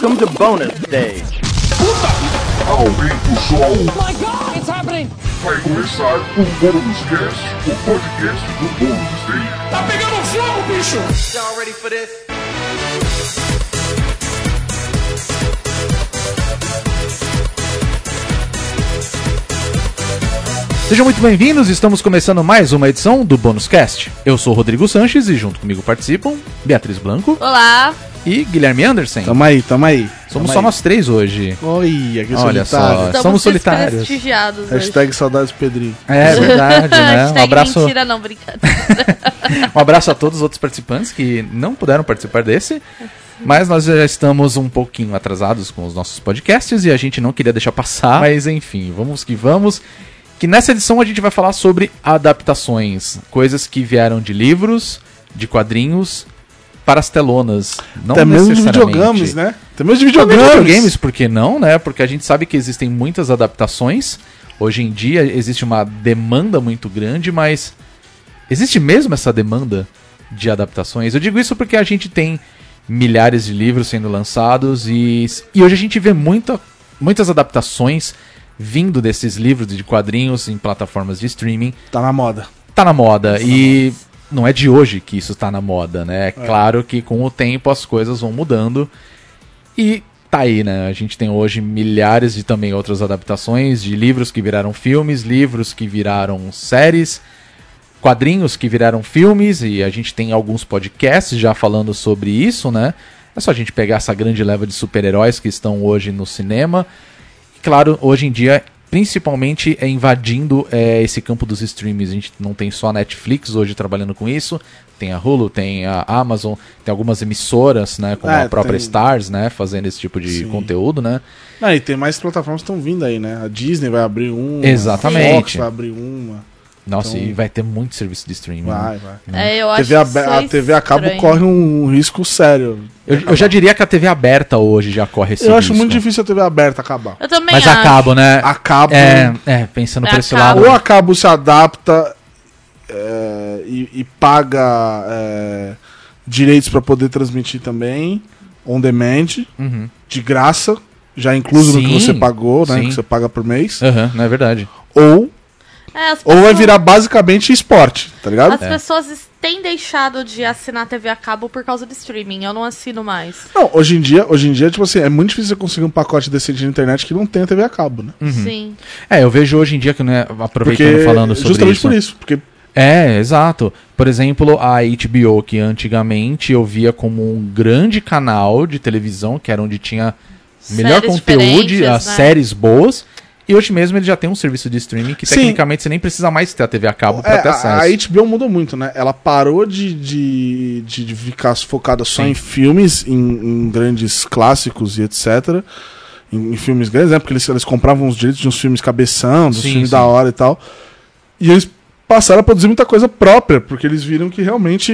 Welcome to bonus stage. Aumenta o som. Oh my God, it's happening! Vai começar o Bônus Cast, o podcast do Bônus Stage. Tá pegando fogo, bicho! Y'all ready for this? Sejam muito bem-vindos, estamos começando mais uma edição do Bônus Cast. Eu sou o Rodrigo Sanches e junto comigo participam Beatriz Blanco. Olá! E Guilherme Anderson. Tamo aí. Somos só nós três hoje. Olha, que Olha solitário. só, somos solitários. Prestigiados Hashtag saudades Pedrinho. É verdade, né? Um abraço, mentira não, brincadeira. um abraço a todos os outros participantes que não puderam participar desse. Mas nós já estamos um pouquinho atrasados com os nossos podcasts e a gente não queria deixar passar. Mas enfim, vamos que vamos. Que nessa edição a gente vai falar sobre adaptações. Coisas que vieram de livros, de quadrinhos, para as telonas. Não Até mesmo de necessariamente. videogames, né? Até mesmo de Também videogames. videogames, por que não, né? Porque a gente sabe que existem muitas adaptações. Hoje em dia existe uma demanda muito grande, mas existe mesmo essa demanda de adaptações? Eu digo isso porque a gente tem milhares de livros sendo lançados e hoje a gente vê muitas adaptações vindo desses livros de quadrinhos em plataformas de streaming. Tá na moda. Tá na moda e não é de hoje que isso tá na moda, né? É claro que com o tempo as coisas vão mudando e tá aí, né? A gente tem hoje milhares de também outras adaptações de livros que viraram filmes, livros que viraram séries, quadrinhos que viraram filmes e a gente tem alguns podcasts já falando sobre isso, né? É só a gente pegar essa grande leva de super-heróis que estão hoje no cinema. E claro, hoje em dia principalmente invadindo esse campo dos streams. A gente não tem só a Netflix hoje trabalhando com isso, tem a Hulu, tem a Amazon, tem algumas emissoras, né, como a própria Stars, né, fazendo esse tipo de conteúdo, né. E tem mais plataformas que estão vindo aí, né? A Disney vai abrir uma, exatamente. A Fox vai abrir uma. Nossa, então, e vai ter muito serviço de streaming. Vai. Eu acho a TV a cabo corre um risco sério. Eu já diria que a TV aberta hoje já corre esse risco. Eu acho muito difícil a TV aberta acabar. Eu também Mas acho. a cabo, né? A cabo... pensando É por esse a cabo. lado. Ou a cabo se adapta e paga direitos para poder transmitir também, on demand, de graça, já incluso no que você pagou, né? Que você paga por mês. Não é verdade. Ou Pessoas, vai virar basicamente esporte, tá ligado? As pessoas têm deixado de assinar TV a cabo por causa do streaming. Eu não assino mais. Não, hoje em dia, tipo assim, é muito difícil você conseguir um pacote decente de internet que não tenha TV a cabo, né? Sim. Eu vejo hoje em dia que, né, aproveitando Porque, falando sobre justamente isso. por isso, porque Exato. Por exemplo, a HBO, que antigamente eu via como um grande canal de televisão, que era onde tinha melhor Séries conteúdo, diferentes, as né? séries boas. E hoje mesmo ele já tem um serviço de streaming que tecnicamente você nem precisa mais ter a TV a cabo pra ter acesso. a HBO mudou muito, né? Ela parou de ficar focada só em filmes, em grandes clássicos e etc. Em filmes grandes, né? Porque eles compravam os direitos de uns filmes cabeção, dos filmes da hora e tal. E eles passaram a produzir muita coisa própria, porque eles viram que realmente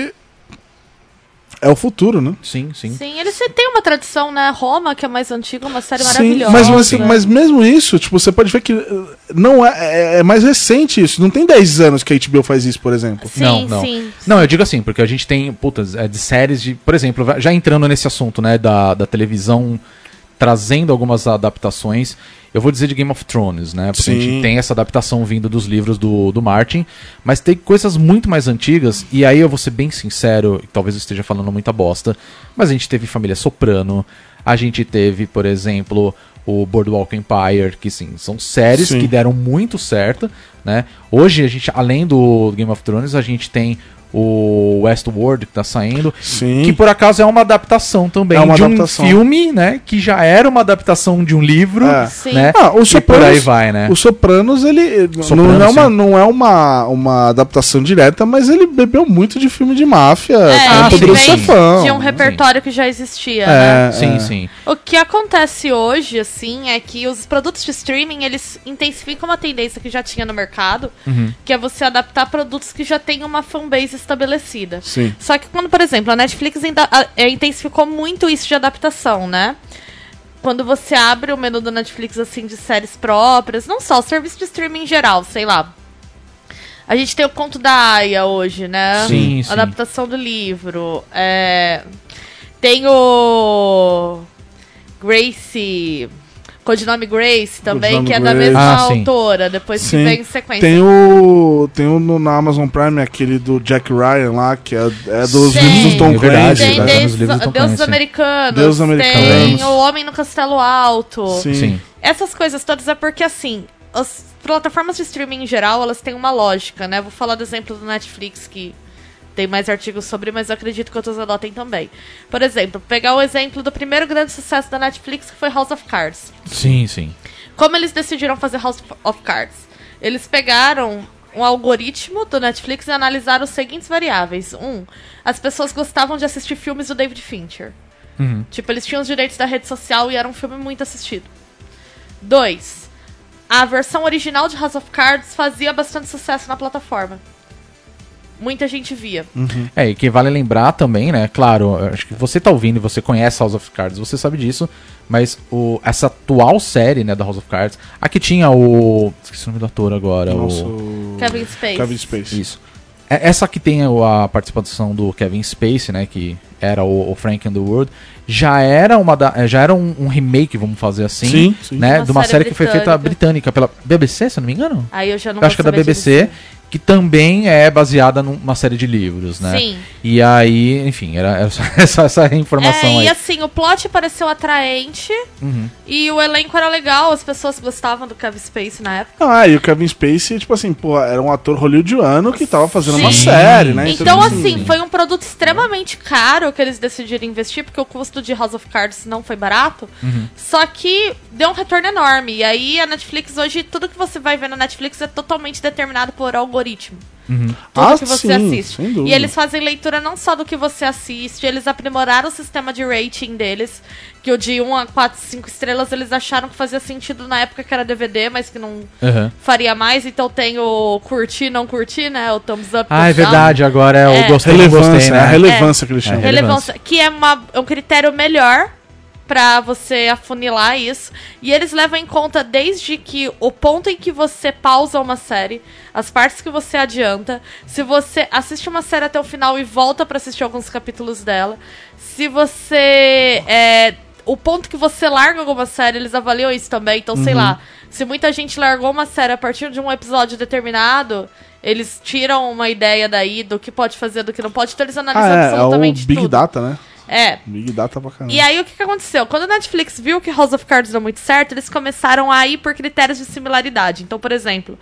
é o futuro, né? Sim. Sim, eles têm uma tradição, né? Roma, que é mais antiga, uma série maravilhosa. Mas mesmo isso, tipo, você pode ver que não é mais recente isso. Não tem 10 anos que a HBO faz isso, por exemplo. Sim, Não. sim. Não, eu digo assim, porque a gente tem, de séries de... Por exemplo, já entrando nesse assunto, né, da televisão trazendo algumas adaptações, eu vou dizer de Game of Thrones, né, porque a gente tem essa adaptação vindo dos livros do Martin, mas tem coisas muito mais antigas, e aí eu vou ser bem sincero, talvez eu esteja falando muita bosta, mas a gente teve Família Soprano, a gente teve, por exemplo, o Boardwalk Empire, que sim, são séries que deram muito certo, né, hoje a gente, além do Game of Thrones, a gente tem o Westworld que tá saindo, que por acaso é uma adaptação também de um filme, né, que já era uma adaptação de um livro, né, o Sopranos, e por aí vai, né. O Sopranos, ele não é uma adaptação direta, mas ele bebeu muito de filme de máfia, Poderoso Chefão. De um repertório que já existia, né. Sim. O que acontece hoje, assim, é que os produtos de streaming, eles intensificam uma tendência que já tinha no mercado, que é você adaptar produtos que já têm uma fanbase estabelecida. Sim. Só que quando, por exemplo, a Netflix intensificou muito isso de adaptação, né? Quando você abre o menu da Netflix, assim, de séries próprias, não só o serviço de streaming em geral, sei lá. A gente tem o Conto da Aia hoje, né? Sim. Adaptação do livro. Tem o... Grace... Codinome Grace também, Codinome que é da Grace. mesma Sim. autora, depois que Sim. vem em sequência. Tem o na Amazon Prime, aquele do Jack Ryan lá, que é dos Sim. livros do Tom É verdade, Clancy. Tem né? né? Nos livros do Tom Deuses Clancy. Americanos, Deuses Americanos. tem O Homem no Castelo Alto. Sim. Essas coisas todas é porque, assim, as plataformas de streaming em geral, elas têm uma lógica, né? Vou falar do exemplo do Netflix, que tem mais artigos sobre, mas eu acredito que outros adotem também. Por exemplo, pegar o exemplo do primeiro grande sucesso da Netflix, que foi House of Cards. Sim, sim. Como eles decidiram fazer House of Cards? Eles pegaram um algoritmo do Netflix e analisaram os seguintes variáveis. As pessoas gostavam de assistir filmes do David Fincher. Uhum. Tipo, eles tinham os direitos da rede social e era um filme muito assistido. 2. A versão original de House of Cards fazia bastante sucesso na plataforma. Muita gente via. E que vale lembrar também, né? Claro, eu acho que você tá ouvindo e você conhece House of Cards, você sabe disso, mas essa atual série, né, da House of Cards, aqui tinha o... Esqueci o nome do ator agora. Nossa, o... Kevin Spacey. Kevin Spacey. Isso. Essa que tem a participação do Kevin Spacey, né, que era o Frank Underwood, já era um remake, vamos fazer assim, Sim. né, Uma de uma série série que foi feita britânica pela BBC, se eu não me engano. Aí eu já não Eu acho que é da vou saber BBC, disso. que também é baseada numa série de livros, né? Sim. E aí, enfim, era só essa informação aí. E assim, o plot pareceu atraente e o elenco era legal, as pessoas gostavam do Kevin Spacey na época. E o Kevin Spacey, tipo assim, pô, era um ator hollywoodiano que tava fazendo uma Sim. série, né? Então, assim, foi um produto extremamente caro que eles decidiram investir, porque o custo de House of Cards não foi barato. Só que deu um retorno enorme. E aí, a Netflix, hoje, tudo que você vai ver na Netflix é totalmente determinado por algoritmo. Tudo que você assiste. sem dúvida. E eles fazem leitura não só do que você assiste, eles aprimoraram o sistema de rating deles, que o de 1 a 4, 5 estrelas eles acharam que fazia sentido na época que era DVD, mas que não faria mais. Então tem o curtir, não curtir, né? O thumbs up. Ah, é thumbs down. verdade, agora é o gostei, não Relevância, gostei, né? a relevância que eles chamam. Relevância, que é um critério melhor pra você afunilar isso. E eles levam em conta desde que o ponto em que você pausa uma série, as partes que você adianta, se você assiste uma série até o final e volta pra assistir alguns capítulos dela, se você... o ponto que você larga alguma série, eles avaliam isso também. Então, sei lá, se muita gente largou uma série a partir de um episódio determinado, eles tiram uma ideia daí do que pode fazer, do que não pode. Então, eles analisam absolutamente é o Big tudo. Data, né? Big Data pra caramba. E aí o que aconteceu? Quando a Netflix viu que House of Cards deu muito certo, eles começaram a ir por critérios de similaridade. Então, por exemplo,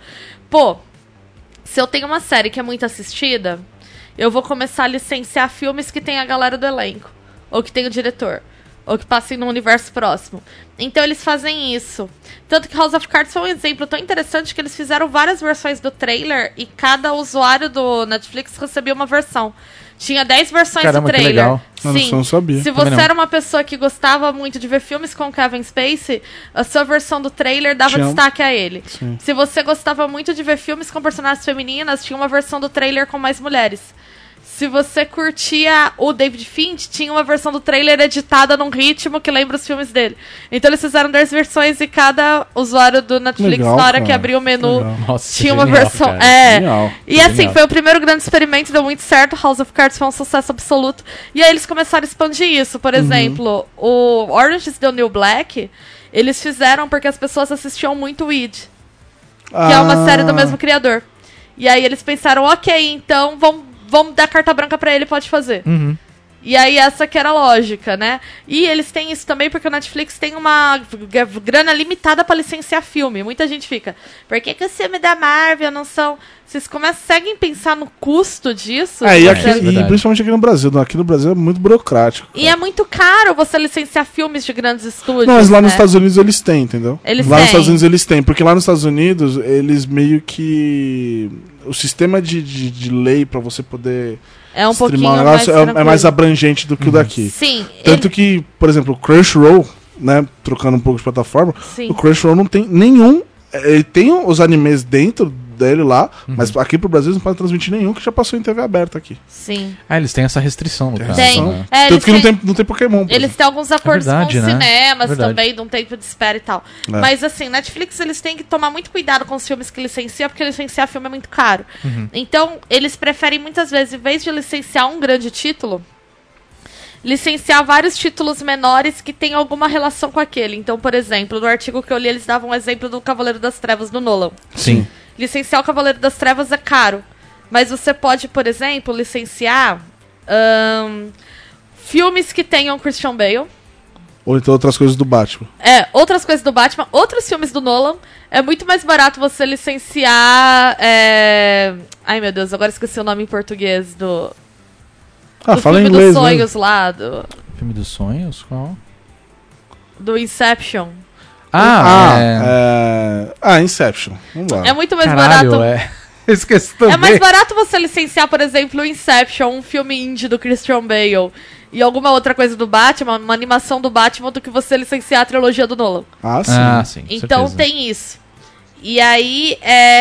se eu tenho uma série que é muito assistida, eu vou começar a licenciar filmes que tem a galera do elenco, ou que tem o diretor, ou que passem num universo próximo. Então eles fazem isso. Tanto que House of Cards foi um exemplo tão interessante que eles fizeram várias versões do trailer e cada usuário do Netflix recebia uma versão. Tinha 10 versões Caramba, do que trailer. legal. Sim. Eu não sabia. Se Também você não. era uma pessoa que gostava muito de ver filmes com Kevin Spacey, a sua versão do trailer dava Tinha- destaque a ele. Sim. Se você gostava muito de ver filmes com personagens femininas, tinha uma versão do trailer com mais mulheres. Se você curtia o David Finch, tinha uma versão do trailer editada num ritmo que lembra os filmes dele. Então eles fizeram 10 versões e cada usuário do Netflix, Legal, na hora cara. que abriu o menu, Legal. Nossa, tinha uma genial, versão. cara. Genial. E assim, Genial. foi o primeiro grande experimento, deu muito certo. House of Cards foi um sucesso absoluto. E aí eles começaram a expandir isso. Por exemplo, o Orange is the New Black, eles fizeram porque as pessoas assistiam muito Weed, que é uma série do mesmo criador. E aí eles pensaram, ok, então vamos dar carta branca pra ele, pode fazer. E aí essa que era a lógica, né? E eles têm isso também porque o Netflix tem uma grana limitada pra licenciar filme. Muita gente fica, por que os filmes da Marvel não são... Vocês conseguem pensar no custo disso? E, Você- verdade. principalmente aqui no Brasil. Aqui no Brasil é muito burocrático. E é muito caro você licenciar filmes de grandes estúdios. Não, mas lá né? nos Estados Unidos eles têm, entendeu? Eles lá têm. nos Estados Unidos eles têm, porque lá nos Estados Unidos eles meio que... O sistema de lei pra você poder É um pouquinho streamar um mais negócio é tranquilo. mais abrangente do que o daqui. Sim. Tanto que, por exemplo, o Crunchyroll, né, trocando um pouco de plataforma, Sim. o Crunchyroll não tem nenhum... Ele tem os animes dentro dele lá, mas aqui pro Brasil eles não podem transmitir nenhum, que já passou em TV aberta aqui. Sim. Ah, eles têm essa restrição no caso. Tem. né? É, Tanto eles que não têm- tem Pokémon. por Eles exemplo. têm alguns acordos verdade, com né? cinemas Verdade. também, de um tempo de espera e tal. É. Mas assim, Netflix eles têm que tomar muito cuidado com os filmes que licenciam, porque licenciar filme é muito caro. Então, eles preferem muitas vezes, em vez de licenciar um grande título, licenciar vários títulos menores que tem alguma relação com aquele. Então, por exemplo, no artigo que eu li, eles davam um exemplo do Cavaleiro das Trevas do Nolan. Sim. Licenciar o Cavaleiro das Trevas é caro. Mas você pode, por exemplo, licenciar filmes que tenham Christian Bale. Ou então outras coisas do Batman. Outras coisas do Batman, outros filmes do Nolan. É muito mais barato você licenciar... Ai, meu Deus, agora esqueci o nome em português do Fala em filme inglês, dos né? sonhos lá, Filme dos sonhos? Qual? do Inception. Inception. Vamos lá. É muito mais Caralho, barato... Esqueci também. É mais barato você licenciar, por exemplo, o Inception, um filme indie do Christian Bale, e alguma outra coisa do Batman, uma animação do Batman, do que você licenciar a trilogia do Nolan. Sim. Então certeza. tem isso. E aí,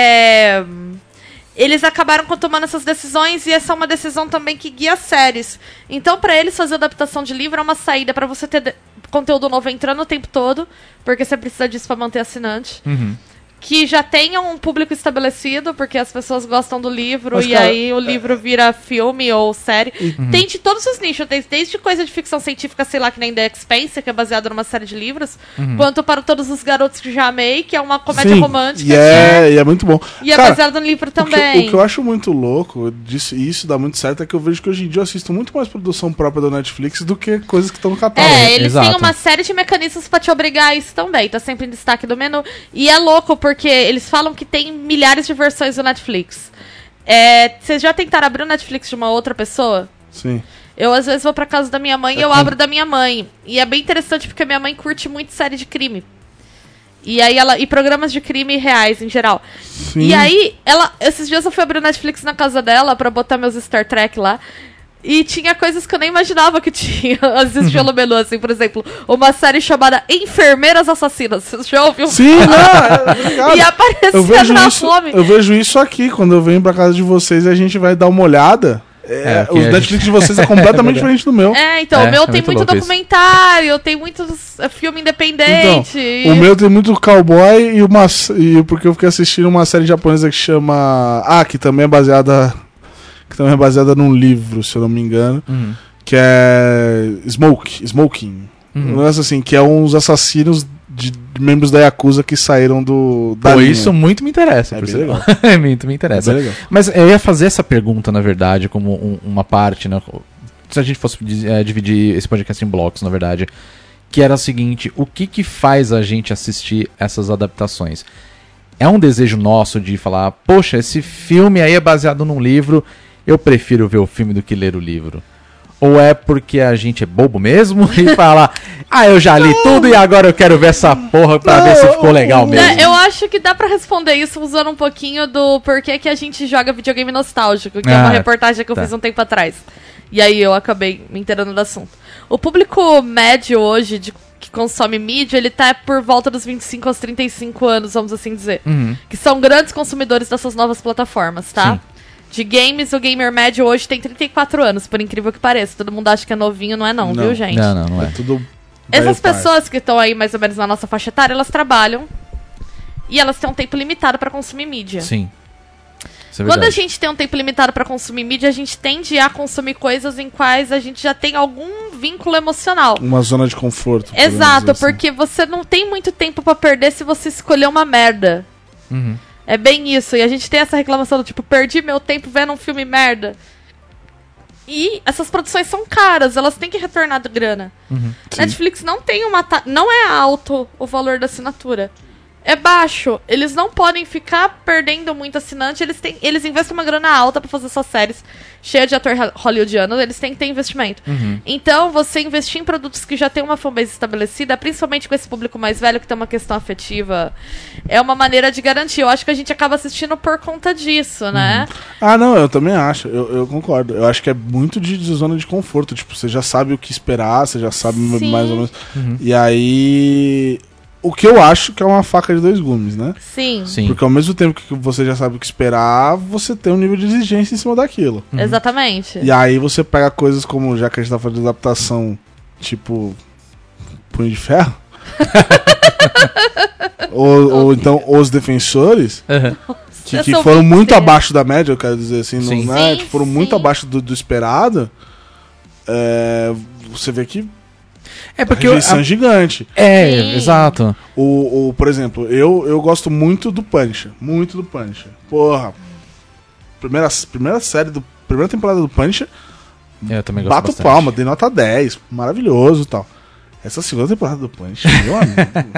eles acabaram tomando essas decisões, e essa é uma decisão também que guia séries. Então, pra eles fazer adaptação de livro é uma saída pra você ter conteúdo novo entrando o tempo todo, porque você precisa disso pra manter assinante. Uhum. Que já tenha um público estabelecido, porque as pessoas gostam do livro, Mas, e cara, aí o livro vira filme ou série. Tem de todos os nichos, desde coisa de ficção científica, sei lá, que nem The Expanse, que é baseado numa série de livros, quanto para Todos os Garotos que Já Amei, que é uma comédia romântica. E é muito bom. E é Cara, baseado no livro também. O que eu acho muito louco disso, e isso dá muito certo, é que eu vejo que hoje em dia eu assisto muito mais produção própria da Netflix do que coisas que estão no catálogo. Eles têm Exato. uma série de mecanismos pra te obrigar a isso também. Tá sempre em destaque do menu. E é louco, porque eles falam que tem milhares de versões do Netflix. Vocês já tentaram abrir o Netflix de uma outra pessoa? Sim. Eu, às vezes, vou pra casa da minha mãe e eu abro da minha mãe. E é bem interessante, porque a minha mãe curte muito série de crime. E aí e programas de crime reais, em geral. Sim. E aí, esses dias eu fui abrir o Netflix na casa dela pra botar meus Star Trek lá. E tinha coisas que eu nem imaginava que tinha. Às vezes pelo menu, assim, por exemplo, uma série chamada Enfermeiras Assassinas. Você já ouviu? Sim, não, E aparecendo na fome. Eu vejo isso aqui, quando eu venho pra casa de vocês e a gente vai dar uma olhada. aqui O a Netflix gente- de vocês é completamente diferente do meu. Então, o meu é tem muito muito louco isso. documentário, tem muitos filme independente. Então, o meu tem muito cowboy porque eu fiquei assistindo uma série japonesa que chama... que também é baseada num livro, se eu não me engano, que é Smoking. Um negócio assim, que é uns assassinos de membros da Yakuza que saíram da Pô, linha. isso muito me interessa. É por bem sinal. legal. Muito me interessa. É bem legal. Mas eu ia fazer essa pergunta, na verdade, como uma parte, né? Se a gente fosse dividir esse podcast em blocos, na verdade, que era o seguinte: o que faz a gente assistir essas adaptações? É um desejo nosso de falar, poxa, esse filme aí é baseado num livro, eu prefiro ver o filme do que ler o livro? Ou é porque a gente é bobo mesmo e fala, eu já li tudo e agora eu quero ver essa porra pra ver se ficou legal mesmo? Eu acho que dá pra responder isso usando um pouquinho do porquê que a gente joga videogame nostálgico, que é uma reportagem que eu fiz um tempo atrás. E aí eu acabei me inteirando do assunto. O público médio hoje que consome mídia, ele tá por volta dos 25 aos 35 anos, vamos assim dizer. Que são grandes consumidores dessas novas plataformas, tá? Sim. De games, o gamer médio hoje tem 34 anos, por incrível que pareça. Todo mundo acha que é novinho, não é não, viu, gente? Não é. Tudo Essas velho pessoas que estão aí mais ou menos na nossa faixa etária, elas trabalham e elas têm um tempo limitado pra consumir mídia. Sim. Isso é Quando a verdade. gente tem um tempo limitado pra consumir mídia, a gente tende a consumir coisas em quais a gente já tem algum vínculo emocional. Uma zona de conforto. podemos Exato, dizer assim. porque você não tem muito tempo pra perder se você escolher uma merda. Uhum. É bem isso. E a gente tem essa reclamação do tipo, perdi meu tempo vendo um filme merda. E essas produções são caras, elas têm que retornar de grana. Netflix não tem não é alto o valor da assinatura. É baixo. Eles não podem ficar perdendo muito assinante. Eles investem uma grana alta pra fazer suas séries cheias de ator hollywoodiano. Eles têm que ter investimento. Então, você investir em produtos que já tem uma fanbase estabelecida, principalmente com esse público mais velho que tem uma questão afetiva, é uma maneira de garantir. Eu acho que a gente acaba assistindo por conta disso, né? Não, eu também acho. Eu concordo. Eu acho que é muito de zona de conforto. Tipo, você já sabe o que esperar, você já sabe Sim. mais ou menos. E aí... O que eu acho que é uma faca de dois gumes, né? Sim. Sim. Porque ao mesmo tempo que você já sabe o que esperar, você tem um nível de exigência em cima daquilo. Exatamente. E aí você pega coisas como, já que a gente tá falando de adaptação, tipo Punho de Ferro, ou então Os Defensores, que Essa eu foram vi muito ser. abaixo da média, eu quero dizer assim, Sim. não é? Sim, Tipo, foram sim. muito abaixo do esperado. você vê que É a porque rejeição é gigante. Sim. exato. Por exemplo, eu gosto muito do Punisher. Muito do Punisher. Porra. Primeira temporada do Punisher, Eu também gosto bato bastante. palma, dei nota 10. Maravilhoso e tal. Essa segunda temporada do Punisher, meu amigo,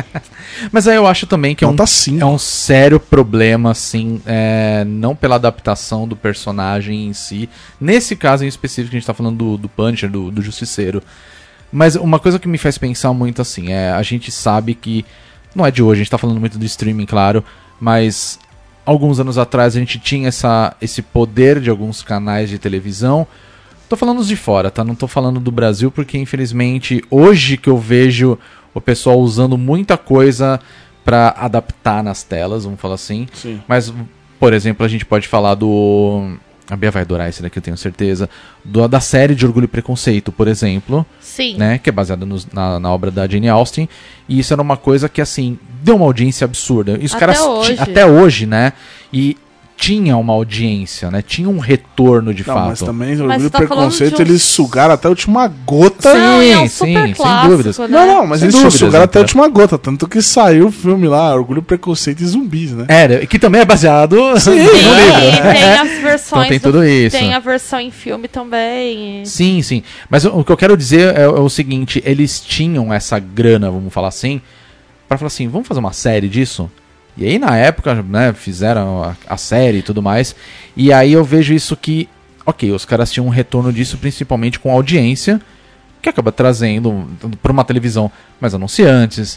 Mas aí eu acho também que nota 5. é um sério problema, assim, não pela adaptação do personagem em si. Nesse caso em específico, a gente tá falando do Punisher, do Justiceiro. Mas uma coisa que me faz pensar muito, assim, a gente sabe que, não é de hoje, a gente tá falando muito do streaming, claro, mas alguns anos atrás a gente tinha esse poder de alguns canais de televisão. Tô falando os de fora, tá? Não tô falando do Brasil, porque infelizmente hoje que eu vejo o pessoal usando muita coisa pra adaptar nas telas, vamos falar assim. Sim. Mas, por exemplo, a gente pode falar do... A Bia vai adorar esse daqui, eu tenho certeza. Da série de Orgulho e Preconceito, por exemplo. Sim. Né, que é baseada na obra da Jane Austen. E isso era uma coisa que, assim, deu uma audiência absurda. E os Até caras hoje. até hoje, né? E tinha uma audiência, né? Tinha um retorno de Não, fato. mas também o Mas Orgulho você e tá falando Preconceito, de um- eles sugaram até a última gota. Não, e é um Sim, super sem clássico, dúvidas. né? Não, mas Sem eles dúvidas, sugaram até a né? última gota. Tanto que saiu o filme lá, Orgulho, Preconceito e Zumbis, né? Que também é baseado no Sim, livro. e tem as versões. Então tem tudo isso. Tem a versão em filme também. Sim, sim. Mas o que eu quero dizer é o seguinte, eles tinham essa grana, vamos falar assim, pra falar assim, vamos fazer uma série disso? E aí na época, né, fizeram a série e tudo mais, e aí eu vejo isso que, ok, os caras tinham um retorno disso principalmente com a audiência, que acaba trazendo pra uma televisão mais anunciantes,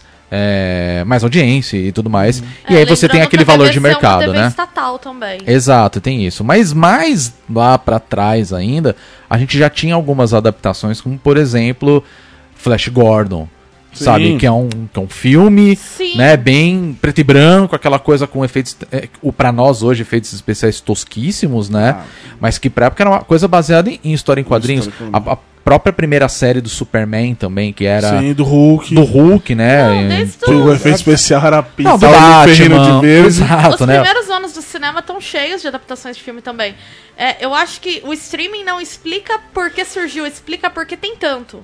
mais audiência e tudo mais, e aí você tem Lembrando aquele que a valor de TVC é uma mercado, TV né? estatal também. Exato, tem isso. Mas mais lá pra trás ainda, a gente já tinha algumas adaptações, como por exemplo, Flash Gordon, Sim. sabe? Que é um filme, Sim. né, bem preto e branco, aquela coisa com efeitos, pra nós hoje, efeitos especiais tosquíssimos, né? Mas que pra época era uma coisa baseada em história em quadrinhos. História em quadrinhos. A própria primeira série do Superman também, que era Sim, do Hulk. do Hulk, né? Não, desde Que o efeito especial era Não, do pintar o ferreiro Batman, de verde. exato, Os né? primeiros anos do cinema estão cheios de adaptações de filme também. Eu acho que o streaming não explica por que surgiu, explica por que tem tanto.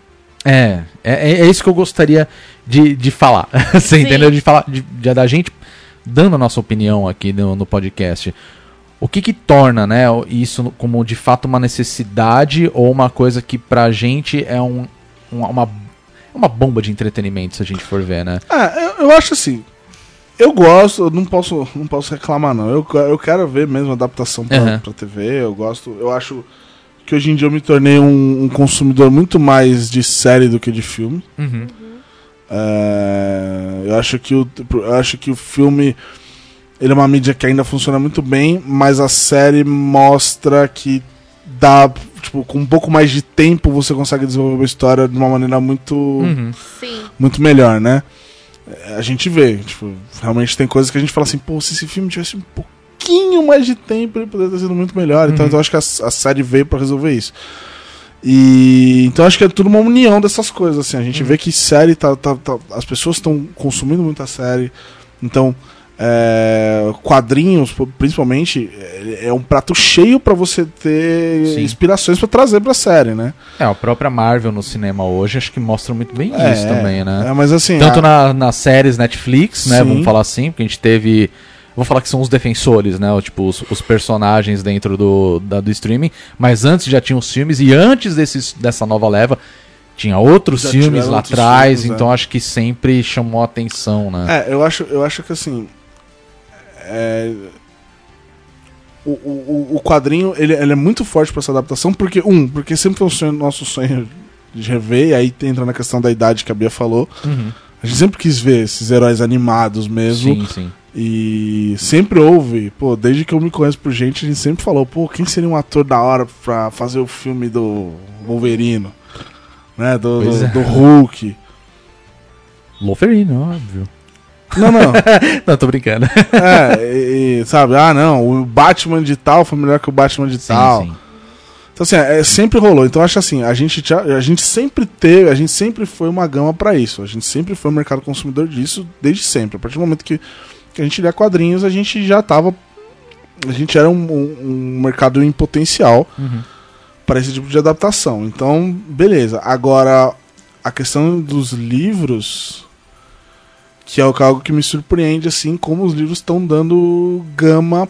É isso que eu gostaria de falar. Você Sim. entendeu? De falar da gente dando a nossa opinião aqui no podcast. O que torna, né, isso como de fato uma necessidade ou uma coisa que pra gente é uma bomba de entretenimento, se a gente for ver, né? Eu acho assim. Eu gosto, eu não posso reclamar, não. Eu quero ver mesmo a adaptação pra TV. Eu gosto. Eu acho que hoje em dia eu me tornei um consumidor muito mais de série do que de filme. Uhum. Eu acho que o filme ele é uma mídia que ainda funciona muito bem, mas a série mostra que dá, tipo, com um pouco mais de tempo você consegue desenvolver uma história de uma maneira muito Sim. muito melhor, né? A gente vê, tipo, realmente tem coisas que a gente fala assim, pô, se esse filme tivesse um pouquinho mais de tempo, ele poderia ter sido muito melhor. Então eu acho que a série veio pra resolver isso. E então acho que é tudo uma união dessas coisas, assim. A gente vê que série as pessoas estão consumindo muita série. Então, quadrinhos, principalmente, é um prato cheio pra você ter inspirações pra trazer pra série, né? A própria Marvel no cinema hoje acho que mostra muito bem isso também, né? Mas assim, Tanto nas séries Netflix, né? Sim. Vamos falar assim, porque a gente teve... Vou falar que são os defensores, né? Tipo, os personagens dentro do streaming. Mas antes já tinha os filmes. E antes dessa nova leva, tinha outros Já filmes tiveram lá outros atrás. filmes, Então acho que sempre chamou a atenção, né? eu acho que assim... O quadrinho ele é muito forte pra essa adaptação. Porque sempre foi nosso sonho de rever. E aí entra na questão da idade que a Bia falou. A gente sempre quis ver esses heróis animados mesmo. Sim, sim. E sempre houve, pô, desde que eu me conheço por gente, a gente sempre falou, pô, quem seria um ator da hora pra fazer o filme do Wolverine, né, do Hulk. Wolverine, óbvio. Não. Não, tô brincando. Sabe, o Batman de tal foi melhor que o Batman de tal. Sim. Então assim, sempre rolou. Então acho assim, a gente sempre foi uma gama pra isso. A gente sempre foi um mercado consumidor disso, desde sempre. A partir do momento que a gente lia quadrinhos, a gente já tava... A gente era um mercado em potencial. para esse tipo de adaptação. Então, beleza. Agora, a questão dos livros, que é algo que me surpreende, assim, como os livros estão dando gama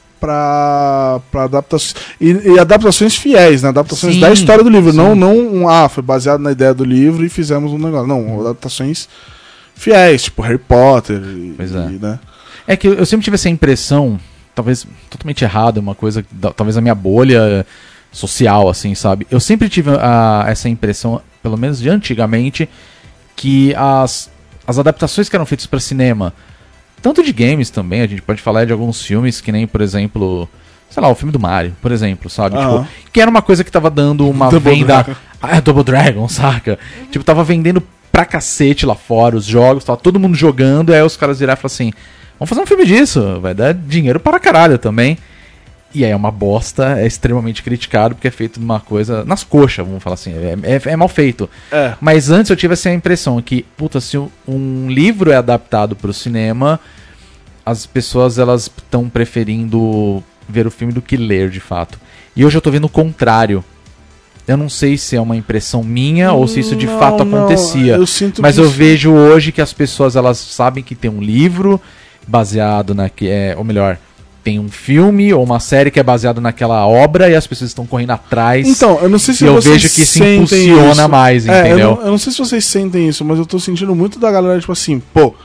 para adaptações. E adaptações fiéis, né? Adaptações da história do livro. Não foi baseado na ideia do livro e fizemos um negócio. Não, adaptações fiéis, tipo Harry Potter. Né? É que eu sempre tive essa impressão, talvez totalmente errada, uma coisa, talvez a minha bolha social, assim, sabe? Eu sempre tive essa impressão, pelo menos de antigamente, que as adaptações que eram feitas para cinema, tanto de games também, a gente pode falar de alguns filmes, que nem, por exemplo, sei lá, o filme do Mario, por exemplo, sabe? Tipo, que era uma coisa que tava dando uma venda... Double Dragon, saca? Tipo, tava vendendo pra cacete lá fora os jogos, tava todo mundo jogando, aí os caras viraram e falaram assim, vamos fazer um filme disso, vai dar dinheiro para caralho também. E aí é uma bosta, é extremamente criticado, porque é feito de uma coisa nas coxas, vamos falar assim, é mal feito. Mas antes eu tive essa impressão que, puta, se um livro é adaptado pro cinema, as pessoas elas estão preferindo ver o filme do que ler, de fato. E hoje eu tô vendo o contrário. Eu não sei se é uma impressão minha ou se isso de fato acontecia. Mas eu vejo hoje que as pessoas elas sabem que tem um livro baseado ou melhor, tem um filme ou uma série que é baseado naquela obra e as pessoas estão correndo atrás. Então, eu não sei se eu vejo que se impulsiona mais, entendeu? Eu não sei se vocês sentem isso, mas eu tô sentindo muito da galera, tipo assim,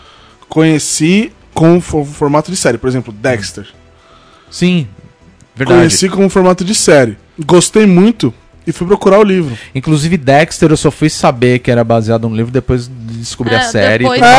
conheci com formato de série. Por exemplo, Dexter. Sim, verdade. Conheci com formato de série. Gostei muito e fui procurar o livro. Inclusive, Dexter, eu só fui saber que era baseado num livro depois de descobrir a série.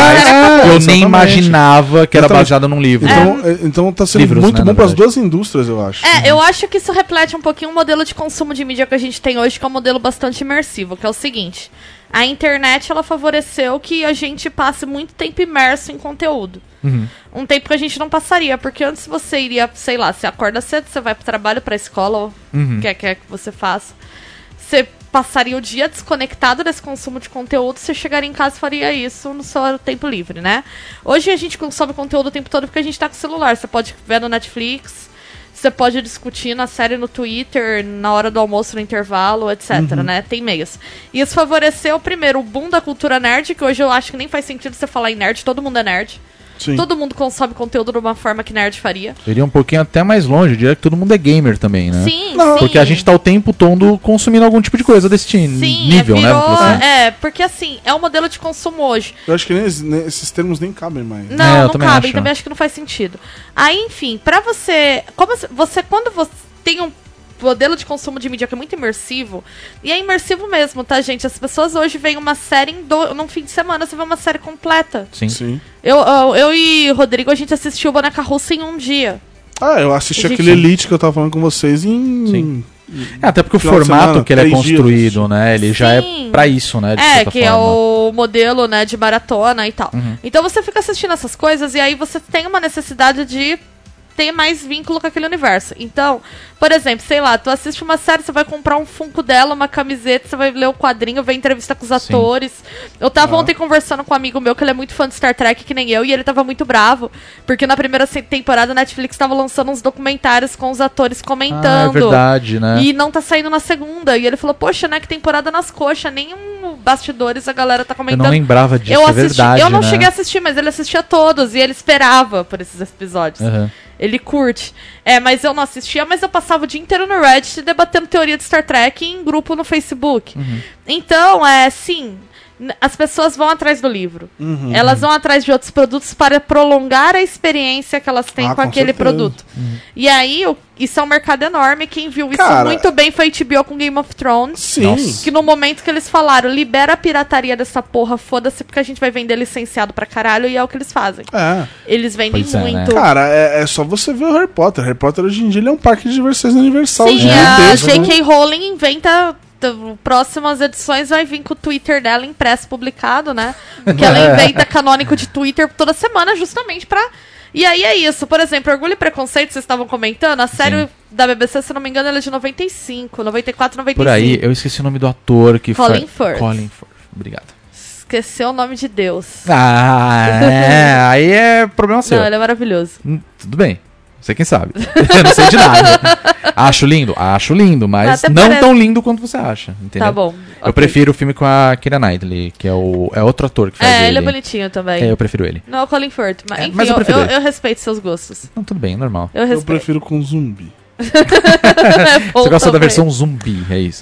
Eu nem imaginava que era baseado num livro. Então tá sendo muito bom para as duas indústrias, eu acho. Eu acho que isso reflete um pouquinho o modelo de consumo de mídia que a gente tem hoje, que é um modelo bastante imersivo, que é o seguinte: a internet ela favoreceu que a gente passe muito tempo imerso em conteúdo. Um tempo que a gente não passaria, porque antes você iria, sei lá, você acorda cedo, você vai pro trabalho, pra escola, ou o que quer que você faça. Você passaria o dia desconectado desse consumo de conteúdo, você chegaria em casa e faria isso no seu tempo livre, né? Hoje a gente consome conteúdo o tempo todo porque a gente tá com o celular. Você pode ver no Netflix, você pode discutir na série no Twitter, na hora do almoço, no intervalo, etc, né? Tem meios. E isso favoreceu, primeiro, o boom da cultura nerd, que hoje eu acho que nem faz sentido você falar em nerd, todo mundo é nerd. Sim. Todo mundo consome conteúdo de uma forma que nerd faria. Eu iria um pouquinho até mais longe, eu diria que todo mundo é gamer também, né? Sim, porque a gente tá o tempo todo consumindo algum tipo de coisa desse nível, né? Porque assim, é um modelo de consumo hoje. Eu acho que esses termos nem cabem mais. Não cabem, também acho que não faz sentido. Aí, enfim, pra você... Quando você tem um modelo de consumo de mídia que é muito imersivo, e é imersivo mesmo, tá, gente? As pessoas hoje veem uma série num fim de semana, você vê uma série completa. Sim. Eu e o Rodrigo, a gente assistiu o Boneca Russa em um dia. Eu assisti aquele Elite que eu tava falando com vocês Sim. Até porque o formato que ele é construído, né? Ele já é pra isso, né? Que é o modelo, né, de maratona e tal. Então você fica assistindo essas coisas e aí você tem uma necessidade de ter mais vínculo com aquele universo. Então, por exemplo, sei lá, tu assiste uma série, você vai comprar um Funko dela, uma camiseta, você vai ler o quadrinho, ver entrevista com os atores. Eu tava ontem conversando com um amigo meu, que ele é muito fã de Star Trek, que nem eu, e ele tava muito bravo, porque na primeira temporada a Netflix tava lançando uns documentários com os atores comentando. É verdade, né? E não tá saindo na segunda. E ele falou, poxa, né, que temporada nas coxas, nem bastidores a galera tá comentando. Eu não lembrava disso, é verdade, eu não cheguei a assistir, mas ele assistia todos, e ele esperava por esses episódios. Ele curte. Mas eu não assistia, mas eu passava o dia inteiro no Reddit debatendo teoria de Star Trek em grupo no Facebook. Então, sim, as pessoas vão atrás do livro. Elas vão atrás de outros produtos para prolongar a experiência que elas têm com aquele produto. E aí, isso é um mercado enorme. Quem viu isso muito bem foi HBO com Game of Thrones. Sim. Que no momento que eles falaram, libera a pirataria dessa porra, foda-se, porque a gente vai vender licenciado pra caralho, e é o que eles fazem. Eles vendem muito. Né? Cara, é só você ver o Harry Potter. Harry Potter hoje em dia ele é um parque de diversões da Universal. Sim, a J.K. Rowling inventa... Próximas edições vai vir com o Twitter dela impresso, publicado, né? Que ela inventa canônico de Twitter toda semana, justamente pra... E aí é isso. Por exemplo, Orgulho e Preconceito, vocês estavam comentando, a série da BBC, se não me engano, ela é de 95, 94, 95. Por aí, eu esqueci o nome do ator que foi... Colin Firth. Obrigado. Esqueceu o nome de Deus. Aí é problema seu. Não, ele é maravilhoso. Tudo bem. Você quem sabe. Eu não sei de nada. Acho lindo, mas Até não parece. tão lindo quanto você acha, entendeu? Tá bom. Eu prefiro o filme com a Keira Knightley, que é outro ator que faz ele. Ele é bonitinho também. Eu prefiro ele. Não é o Colin Firth, mas enfim, mas eu prefiro ele. eu respeito seus gostos. Não, tudo bem, normal. Eu Eu respeito. prefiro com zumbi. Você gosta da também. versão zumbi, é isso.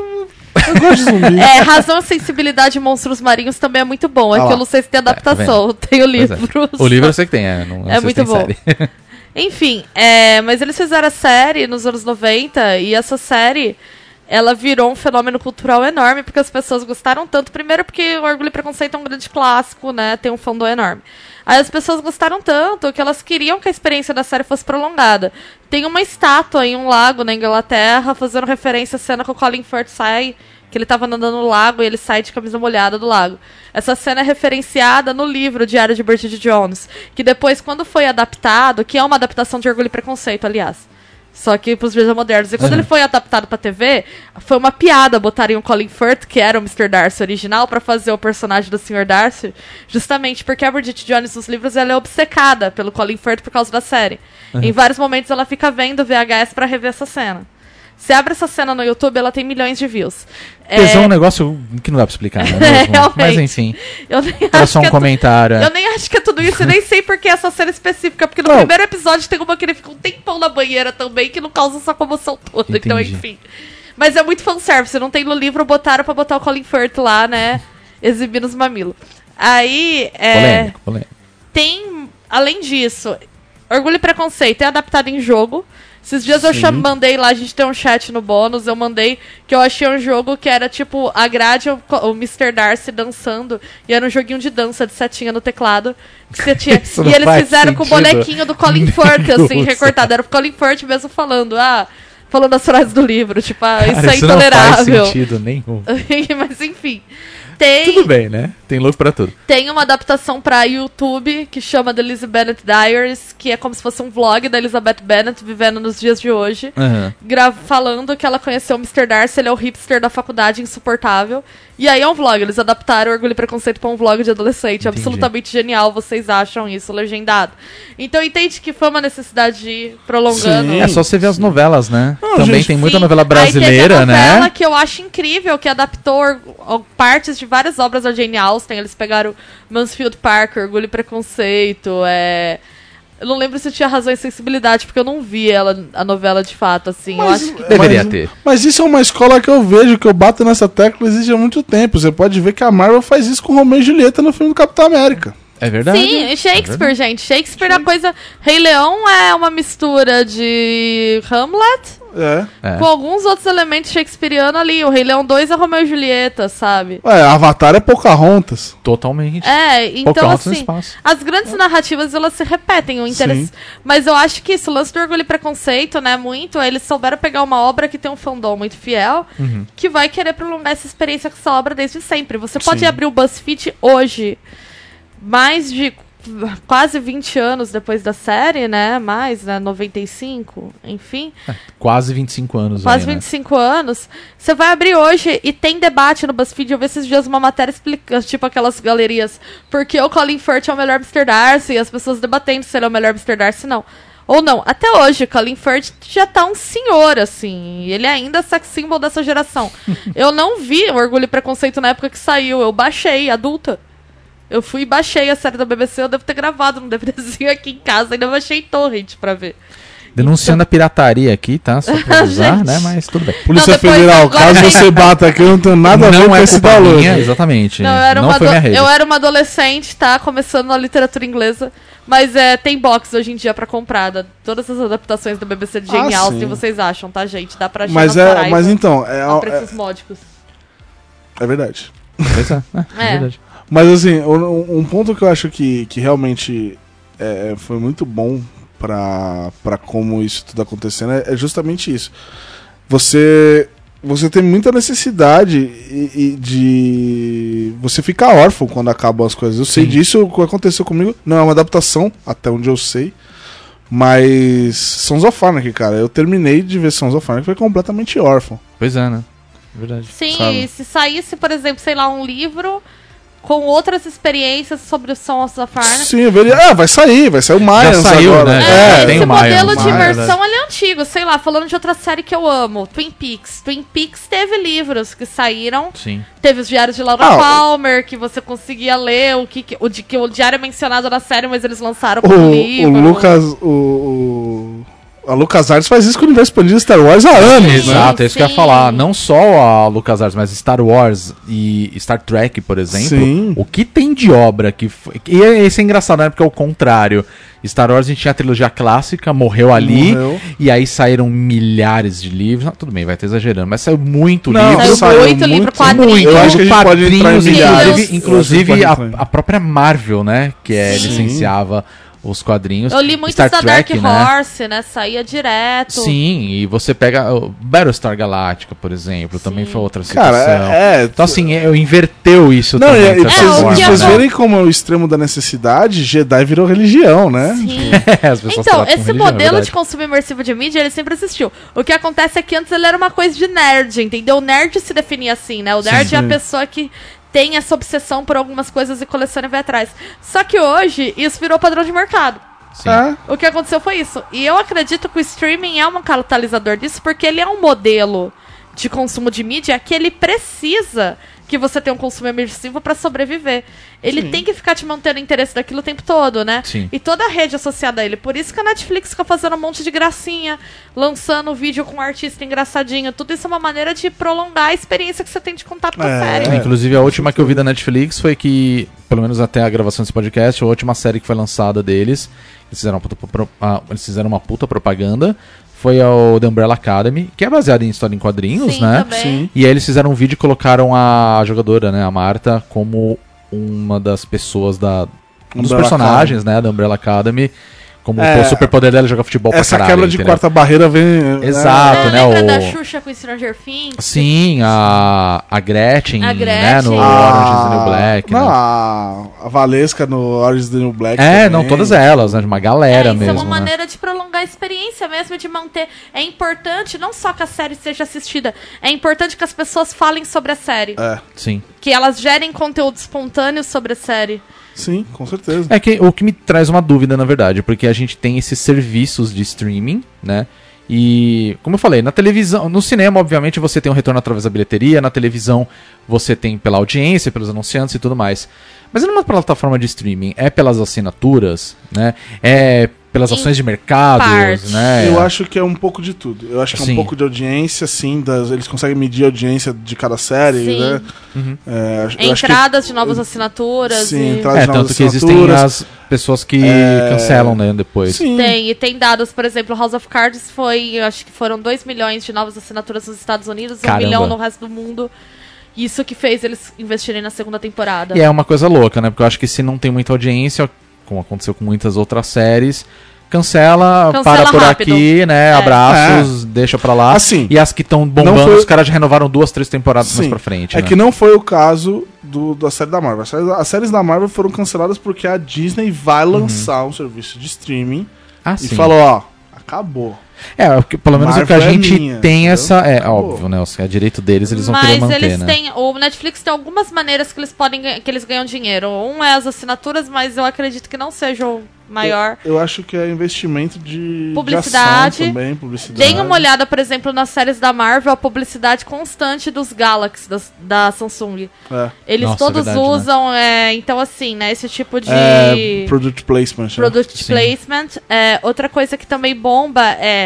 Eu gosto de zumbi. Razão e Sensibilidade de Monstros Marinhos também é muito bom. É Ah que lá. eu não sei se tem adaptação. Tem o Pois é. livro. O livro eu sei que tem, não sei se muito tem bom. série. Enfim, mas eles fizeram a série nos anos 90 e essa série, ela virou um fenômeno cultural enorme porque as pessoas gostaram tanto. Primeiro porque o Orgulho e Preconceito é um grande clássico, né? Tem um fandom enorme. Aí as pessoas gostaram tanto que elas queriam que a experiência da série fosse prolongada. Tem uma estátua em um lago na Inglaterra fazendo referência à cena que o Colin Firth sai, que ele tava nadando no lago e ele sai de camisa molhada do lago. Essa cena é referenciada no livro Diário de Bridget Jones, que depois, quando foi adaptado, que é uma adaptação de Orgulho e Preconceito, aliás, só que pros dias modernos. E quando ele foi adaptado pra TV, foi uma piada botarem o Colin Firth, que era o Mr. Darcy original, pra fazer o personagem do Sr. Darcy, justamente porque a Bridget Jones nos livros ela é obcecada pelo Colin Firth por causa da série. Em vários momentos ela fica vendo VHS pra rever essa cena. Você abre essa cena no YouTube, ela tem milhões de views. Tesão é um negócio que não dá pra explicar, né? Realmente. Mas enfim, Eu nem era acho só um que é comentário. Eu nem acho que é tudo isso e nem sei por que essa cena específica. Porque no Não. primeiro episódio tem uma que ele fica um tempão na banheira também, que não causa essa comoção toda. Então, Entendi. enfim. Mas é muito fanservice. Não tem no livro, botaram pra botar o Colin Firth lá, né? Exibindo os mamilos. Aí, Polêmico. tem, além disso, Orgulho e Preconceito é adaptado em jogo. Esses dias eu Sim. mandei lá, a gente tem um chat no bônus, eu mandei que eu achei um jogo que era tipo a grade, o Mr. Darcy dançando, e era um joguinho de dança de setinha no teclado. Que você tinha, Isso e não eles faz fizeram com o sentido bonequinho do Colin Firth, assim, nenhum. recortado. Era o Colin Firth mesmo falando as frases do livro, tipo, isso é Isso não faz intolerável. sentido nenhum. Mas enfim. Tem, Tudo bem, né? Tem louco pra tudo. tem uma adaptação pra YouTube que chama The Elizabeth Diaries, que é como se fosse um vlog da Elizabeth Bennet vivendo nos dias de hoje. Falando que ela conheceu o Mr. Darcy, ele é o hipster da faculdade insuportável. E aí é um vlog, eles adaptaram Orgulho e Preconceito pra um vlog de adolescente. Entendi. Absolutamente genial, vocês acham isso legendado. Então entende que foi uma necessidade de ir prolongando. Sim. É só você ver as novelas, né? Não, Também gente, tem muita Sim. novela Aí teve a brasileira, novela né? que eu acho incrível, que adaptou partes de várias obras da Jane Austen. Eles pegaram Mansfield Park, Orgulho e Preconceito, Eu não lembro se tinha Razão e Sensibilidade, porque eu não vi a novela de fato, assim. Eu acho que... Deveria ter. Mas isso é uma escola que eu vejo, que eu bato nessa tecla existe há muito tempo. Você pode ver que a Marvel faz isso com Romeu e Julieta no filme do Capitão América. É verdade? Sim, Shakespeare, gente. Shakespeare é a coisa... Rei Leão é uma mistura de Hamlet É. com alguns outros elementos shakespearianos ali. O Rei Leão 2 é Romeu e Julieta, sabe? Avatar é Pocahontas. Totalmente. Então Pocahontas no assim, espaço. as grandes narrativas elas se repetem, o interesse. Sim. Mas eu acho que isso, o lance do Orgulho e Preconceito, né, eles souberam pegar uma obra que tem um fandom muito fiel, que vai querer prolongar essa experiência com essa obra desde sempre. Você pode Sim. abrir o BuzzFeed hoje, mais de quase 20 anos depois da série, né, 95, enfim. Quase 25 anos Quase aí, né? 25 anos. Você vai abrir hoje e tem debate no BuzzFeed. Eu vi esses dias uma matéria explicando, tipo aquelas galerias, porque o Colin Firth é o melhor Mr. Darcy, e as pessoas debatendo se ele é o melhor Mr. Darcy, não. Ou não. Até hoje, o Colin Firth já tá um senhor, assim. Ele ainda é sex symbol dessa geração. Eu não vi o Orgulho e Preconceito na época que saiu. Eu baixei, adulta. Eu fui e baixei a série da BBC. Eu devo ter gravado um DVDzinho aqui em casa. Ainda baixei torrent pra ver. Denunciando a pirataria aqui, tá? Só pra usar, Gente. né? Mas tudo bem. Polícia depois, Federal, agora caso tem- você bata aqui, eu não tenho nada a ver com esse culpa download. minha, exatamente. Não, Não foi minha rede. eu era uma adolescente, tá? Começando na literatura inglesa. Mas tem box hoje em dia pra comprar. Todas as adaptações da BBC de Jane Ah, Austen, sim. vocês acham, tá, gente? Dá pra achar Mas na Saraiva, mas então, a preços módicos. é verdade. Pois é, é É. verdade. Mas assim, um ponto que eu acho que realmente foi muito bom pra como isso tudo acontecendo é justamente isso. Você tem muita necessidade de você ficar órfão quando acabam as coisas. Eu sei Sim. disso, o que aconteceu comigo não é uma adaptação, até onde eu sei. Mas Sons of Anarchy, cara, eu terminei de ver Sons of Anarchy e foi completamente órfão. Pois é, né? Verdade. Sim, Sabe? e se saísse, por exemplo, sei lá, um livro com outras experiências sobre o Sons of Anarchy. Sim, vai sair o Mayans saiu, agora. né? Tem Esse o Mayans, modelo de Mayans, imersão ele é antigo, sei lá, falando de outra série que eu amo, Twin Peaks. Twin Peaks teve livros que saíram, Sim. teve os diários de Laura Palmer, que você conseguia ler o diário é mencionado na série, mas eles lançaram como livro. A LucasArts faz isso com o universo expandido de Star Wars há anos, né? Exato, é isso que eu ia Sim. falar. Não só a LucasArts, mas Star Wars e Star Trek, por exemplo. Sim. O que tem de obra que foi... E esse é engraçado, né? Porque é o contrário. Star Wars a gente tinha a trilogia clássica, morreu ali. E aí saíram milhares de livros. Não, tudo bem, vai estar exagerando, mas saiu muito livro. Saiu muito livro, quadrinhos. Eu acho que a gente pode entrar em milhares. Inclusive a própria Marvel, né? Que licenciava os quadrinhos. Eu li muito Star da Trek, Dark Horse, né? Saía direto. Sim, e você pega o Battlestar Galactica, por exemplo, também foi outra situação. Cara, Então assim, eu inverteu isso não, também. e de certa forma, vocês né? verem como é o extremo da necessidade, Jedi virou religião, né? Sim. As pessoas Então, tratam com esse religião, é modelo verdade. de consumo imersivo de mídia, ele sempre existiu. O que acontece é que antes ele era uma coisa de nerd, entendeu? O nerd se definia assim, né? O nerd é a pessoa que tem essa obsessão por algumas coisas e coleciona e vai atrás. Só que hoje, isso virou padrão de mercado. Sim. O que aconteceu foi isso. E eu acredito que o streaming é um catalisador disso, porque ele é um modelo de consumo de mídia que ele precisa que você tenha um consumo imersivo para sobreviver. Ele tem que ficar te mantendo interesse daquilo o tempo todo, né? Sim. E toda a rede associada a ele. Por isso que a Netflix fica fazendo um monte de gracinha, lançando vídeo com um artista engraçadinho. Tudo isso é uma maneira de prolongar a experiência que você tem de contato com a série. Inclusive, a última que eu vi da Netflix foi que, pelo menos até a gravação desse podcast, a última série que foi lançada deles, eles fizeram uma puta propaganda, foi o The Umbrella Academy, que é baseado em história em quadrinhos, Sim, né? também. Sim. E aí eles fizeram um vídeo e colocaram a jogadora, né, a Marta, como uma das pessoas um dos Umbrella personagens, né, da Umbrella Academy, como o superpoder dela é jogar futebol pra Essa caralho. quebra de entendeu? quarta barreira vem... Exato, né? Lembra da O... Xuxa com Stranger Things? Sim, a Gretchen, A né, Gretchen. no Orange is the New Black. Não, né? a Valesca no Orange is the New Black É, também. não, todas elas, né? De uma galera Isso mesmo. é uma né? maneira de prolongar a experiência mesmo, de manter. É importante não só que a série seja assistida, é importante que as pessoas falem sobre a série. Sim. Que elas gerem conteúdo espontâneo sobre a série. Sim, com certeza. É que o que me traz uma dúvida, na verdade, porque a gente tem esses serviços de streaming, né? E, como eu falei, na televisão, no cinema, obviamente, você tem um retorno através da bilheteria, na televisão você tem pela audiência, pelos anunciantes e tudo mais. Mas numa plataforma de streaming, é pelas assinaturas, né? É pelas Em ações de mercados, parte. né? Eu acho que é um pouco de tudo. Eu acho que é Sim. um pouco de audiência, sim. Eles conseguem medir a audiência de cada série, Sim. né? Eu acho que- Entradas de novas assinaturas. Sim, e... entradas de novas tanto que existem assinaturas. as pessoas que cancelam, né, depois. Sim. E tem dados, por exemplo, House of Cards acho que foram 2 milhões de novas assinaturas nos Estados Unidos, 1 Caramba. milhão no resto do mundo. Isso que fez eles investirem na segunda temporada. E é uma coisa louca, né? Porque eu acho que se não tem muita audiência, como aconteceu com muitas outras séries, cancela para por rápido. aqui, né? Abraços, deixa pra lá. Assim, e as que estão bombando, não foi- os caras já renovaram 2, 3 temporadas Sim. mais pra frente. É né? que não foi o caso da série da Marvel. As séries da Marvel foram canceladas porque a Disney vai lançar um serviço de streaming Ah, e sim. falou, ó, acabou. Porque, pelo menos o que a Marvel é gente minha, tem entendeu? essa. É Acabou. óbvio, né? Se é direito deles, eles vão querer Mas manter, eles né? têm. O Netflix tem algumas maneiras que eles ganham dinheiro. Um é as assinaturas, mas eu acredito que não seja o maior. Eu acho que é investimento de Publicidade. de ação também, publicidade. Deem uma olhada, por exemplo, nas séries da Marvel, a publicidade constante dos Galaxy, da Samsung. É. Eles Nossa, todos é verdade, né? usam, então assim, né, esse tipo de Product placement. né? product Sim. placement. Outra coisa que também bomba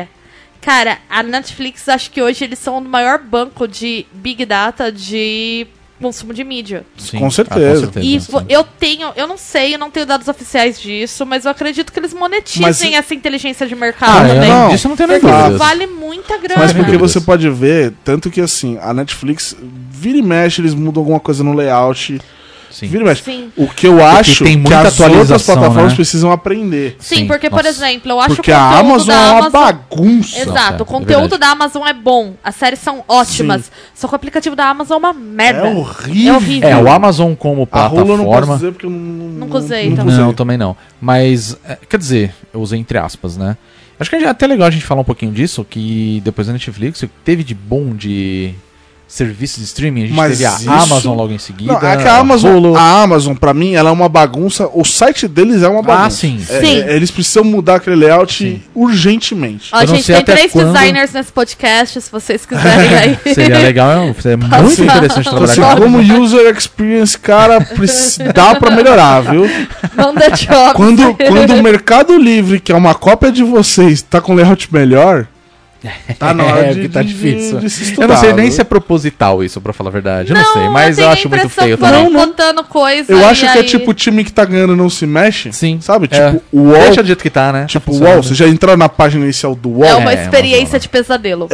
cara, a Netflix, acho que hoje eles são o maior banco de Big Data de consumo de mídia. Sim. Com certeza. E sim. eu não sei, eu não tenho dados oficiais disso, mas eu acredito que eles monetizem Mas- essa inteligência de mercado Ah, também. não. disso eu não tenho nem Porque dúvidas. vale muita grana. Mas porque dúvidas. você pode ver, tanto que assim, a Netflix, vira e mexe, eles mudam alguma coisa no layout. Sim. Vira e mexe. Sim. O que eu acho tem que muita as outras atualização, plataformas né? precisam aprender. Sim, Sim, porque, por nossa. exemplo, eu acho Porque o a conteúdo Amazon da é uma Amazon... bagunça. Exato, Nossa, o é conteúdo verdade. da Amazon é bom, as séries são ótimas, Sim. só que o aplicativo da Amazon é uma merda. É horrível. É horrível. O Amazon como A Hulu eu não posso plataforma. dizer porque eu Nunca usei, não então. usei. Não, também não. Mas, quer dizer, eu usei entre aspas, né? Acho que é até legal a gente falar um pouquinho disso, que depois da Netflix, o que teve de bom de serviços de streaming. A gente Mas teve a isso- Amazon logo em seguida. Não, é que a Amazon, pra mim, ela é uma bagunça. O site deles é uma bagunça. sim. Sim. Eles precisam mudar aquele layout urgentemente. Ó, Eu não gente, sei tem até 3 quando- designers nesse podcast, se vocês quiserem aí. Seria legal, seria muito interessante Então, trabalhar assim, com a como user experience, cara, dá pra melhorar, viu? Manda job. Quando o Mercado Livre, que é uma cópia de vocês, tá com layout melhor, tá na hora porque tá difícil. de se estudar. Eu não sei nem viu? se é proposital isso, pra falar a verdade. Eu não sei, mas eu tenho a acho muito impressão feio que foram também. botando coisa Eu e acho que é aí- tipo o time que tá ganhando não se mexe. Sim. Sabe? É. Tipo o UOL. Deixa do jeito que tá, né? Tipo Tá o funcionando. UOL. Você já entrou na página inicial do UOL? É uma É, experiência Amazon. de pesadelo.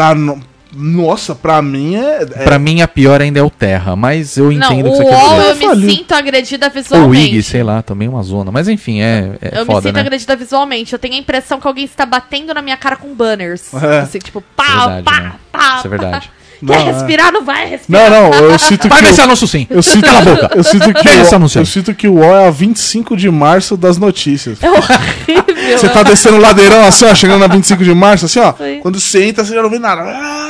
Nossa, pra mim é. Pra mim, a pior ainda é o Terra, mas eu Não, entendo o o que você quer UOL dizer. eu me Faliu. sinto agredida Ou o visualmente. IG, sei lá, também é uma zona. Mas enfim, é Eu me foda, sinto né? agredida visualmente. Eu tenho a impressão que alguém está batendo na minha cara com banners. É. Assim, tipo, pá, Verdade, pá, né? pá. Isso é verdade. Quer Não, é. respirar? Não vai respirar. Não, eu sinto Vai que. nesse anúncio sim! Eu sinto, Cala a boca! eu sinto que Pega esse anúncio aí. eu sinto que o UOL é a 25 de março das notícias. É horrível. Você tá descendo o ladeirão assim, ó, chegando na 25 de março, assim, ó. Sim. Quando você entra, você já não vê nada.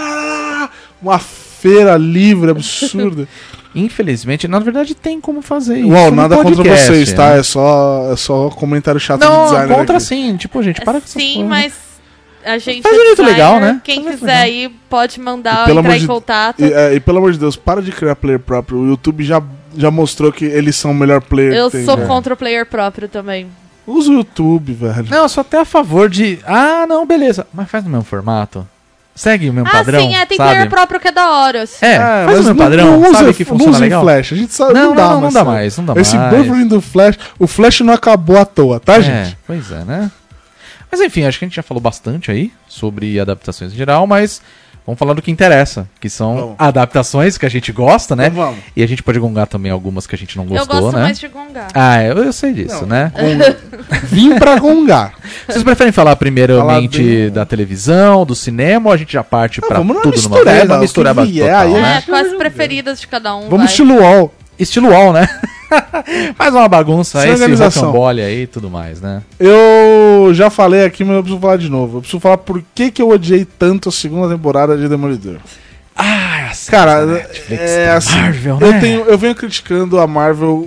Uma feira livre, absurda. Infelizmente, na verdade, tem como fazer isso. Uau, no nada contra podcast, vocês, tá? né? É só comentário chato de Não, designer contra aqui. sim. Tipo, gente, para com essas Sim, coisas. mas a gente Faz um é jeito designer, legal, né? Quem Faz um jeito quiser aí pode mandar, Pelo entrar amor em de- contato. E pelo amor de Deus, para de criar player próprio. O YouTube já mostrou que eles são o melhor player Eu que tem, sou velho. contra o player próprio também. Usa o YouTube, velho. Não, eu sou até a favor de... Ah, não, beleza. Mas faz no mesmo formato. Segue o mesmo Ah, padrão, sim, tem sabe? player próprio que é da hora. Assim. É, faz o mesmo padrão, não usa, sabe que não funciona usa em legal? Flash. A gente sabe, Não, dá não mais. dá sabe? mais, não dá Esse mais. buffering do Flash, o Flash não acabou à toa, tá, É, gente? pois é, né? Mas enfim, acho que a gente já falou bastante aí sobre adaptações em geral, mas vamos falar do que interessa, que são Vamos. adaptações que a gente gosta, né? Então vamos. E a gente pode gongar também algumas que a gente não Eu gostou, gosto né? mais de gongar. Ah, eu sei disso, né? Vim pra gongar. Vocês preferem falar primeiramente Falar bem- da televisão, do cinema, ou a gente já parte pra vamos na tudo numa mistureba, vez? o Vamos que misturar vier, total, aí a né? É, com as preferidas de cada um. Vamos vai. estilo UOL. Estilo UOL, né? Faz uma bagunça Sem aí, esse organização. rocambole aí e tudo mais, né? Eu já falei aqui, mas eu preciso falar de novo. Eu preciso falar por que eu odiei tanto a segunda temporada de Demolidor. Ah, essa Cara, Netflix é da assim, Marvel, né? eu venho criticando a Marvel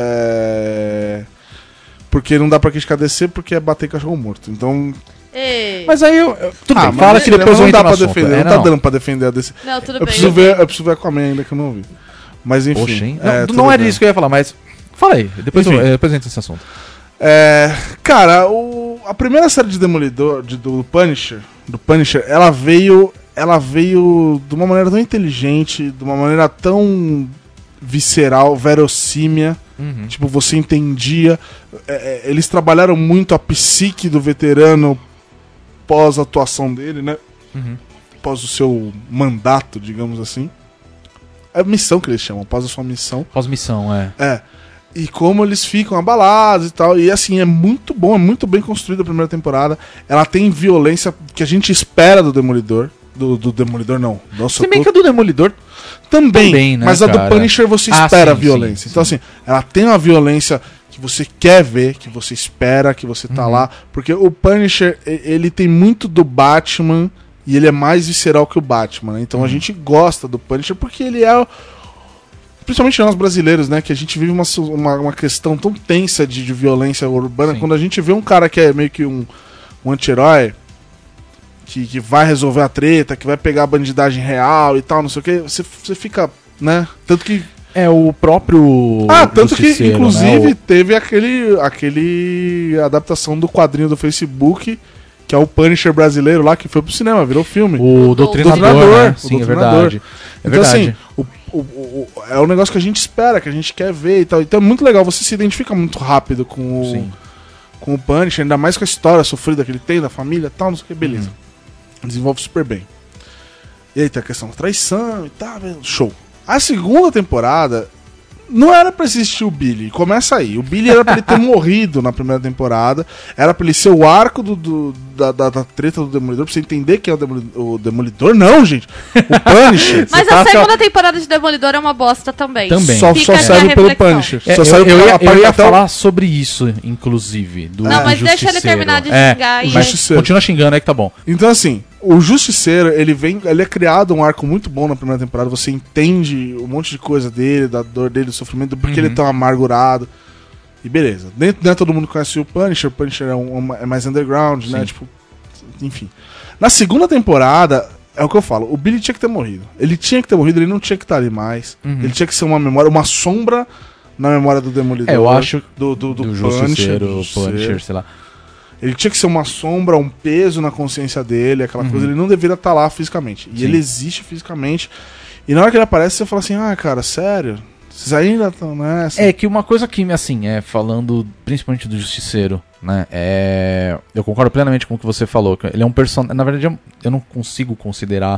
porque não dá pra criticar DC porque é bater cachorro morto. Então, Ei. Mas aí tudo bem, mas fala que depois não eu dá entro pra no assunto. defender, É, não tá dando pra defender a DC. Não, tudo Eu bem. preciso ver Aquaman ainda que eu não vi. Mas enfim. Poxa, hein? tudo Não era bem. isso que eu ia falar, mas fala aí, depois Enfim. depois eu entro nesse assunto. Cara, a primeira série de Demolidor, do Punisher, ela veio de uma maneira tão inteligente, de uma maneira tão visceral, verossímia. Uhum. Tipo, você entendia. Eles trabalharam muito a psique do veterano pós a atuação dele, né? Uhum. Pós o seu mandato, digamos assim. É a missão que eles chamam, pós a sua missão. Pós-missão, é. E como eles ficam abalados e tal. E assim, é muito bom, é muito bem construída a primeira temporada. Ela tem violência que a gente espera do Demolidor. Do Demolidor, não. Nossa, Se bem que a do Demolidor também, né, mas a do cara? Punisher você Ah, espera sim, violência. sim, Então assim, ela tem uma violência que você quer ver, que você espera, que você tá lá. Porque o Punisher, ele tem muito do Batman e ele é mais visceral que o Batman, né? Então a gente gosta do Punisher porque ele é... Principalmente nós brasileiros, né? Que a gente vive uma questão tão tensa de violência urbana. Sim. Quando a gente vê um cara que é meio que um anti-herói, que vai resolver a treta, que vai pegar a bandidagem real e tal, não sei o que, você fica, né? Tanto que... é o próprio tanto que, Justiceiro, inclusive, né? teve aquele adaptação do quadrinho do Facebook, que é o Punisher brasileiro lá, que foi pro cinema, virou filme. O Doutrinador, Doutrinador, né? o Sim, é Doutrinador. verdade. É Então, verdade. assim, é um negócio que a gente espera, que a gente quer ver e tal. Então é muito legal, você se identifica muito rápido Sim. com o Punisher, ainda mais com a história sofrida que ele tem, da família e tal, não sei o que, beleza. Desenvolve super bem. E aí tem a questão da traição e tal, show. A segunda temporada não era pra existir o Billy, começa aí. O Billy era pra ele ter morrido na primeira temporada, era pra ele ser o arco da treta do Demolidor, pra você entender quem é o Demolidor, não, gente. O Punisher. Mas Você a tá segunda temporada de Demolidor é uma bosta também. Também. Só Fica aqui a serve pelo reflexão. Punisher. É, Só serve eu ia até o- falar sobre isso, inclusive. Do Não, mas deixa ele Justiceiro. terminar de xingar e- Mas Justiceiro. continua xingando aí que tá bom. Então, assim, o Justiceiro, ele é criado um arco muito bom na primeira temporada. Você entende um monte de coisa dele, da dor dele, do sofrimento, porque ele é tão amargurado. E beleza. Nem todo mundo conhece o Punisher é mais underground, né? Sim. Tipo, enfim. Na segunda temporada, é o que eu falo, o Billy tinha que ter morrido. Ele tinha que ter morrido, ele não tinha que estar ali mais. Ele tinha que ser uma memória, uma sombra na memória do Demolidor. Eu acho do Justiceiro, Punisher, sei lá. Ele tinha que ser uma sombra, um peso na consciência dele, aquela coisa. Ele não deveria estar lá fisicamente. E Sim. ele existe fisicamente. E na hora que ele aparece, você fala assim, cara, sério? Vocês ainda estão nessa? É que uma coisa que, assim, falando principalmente do Justiceiro, né, eu concordo plenamente com o que você falou, que ele é um personagem, na verdade eu não consigo considerar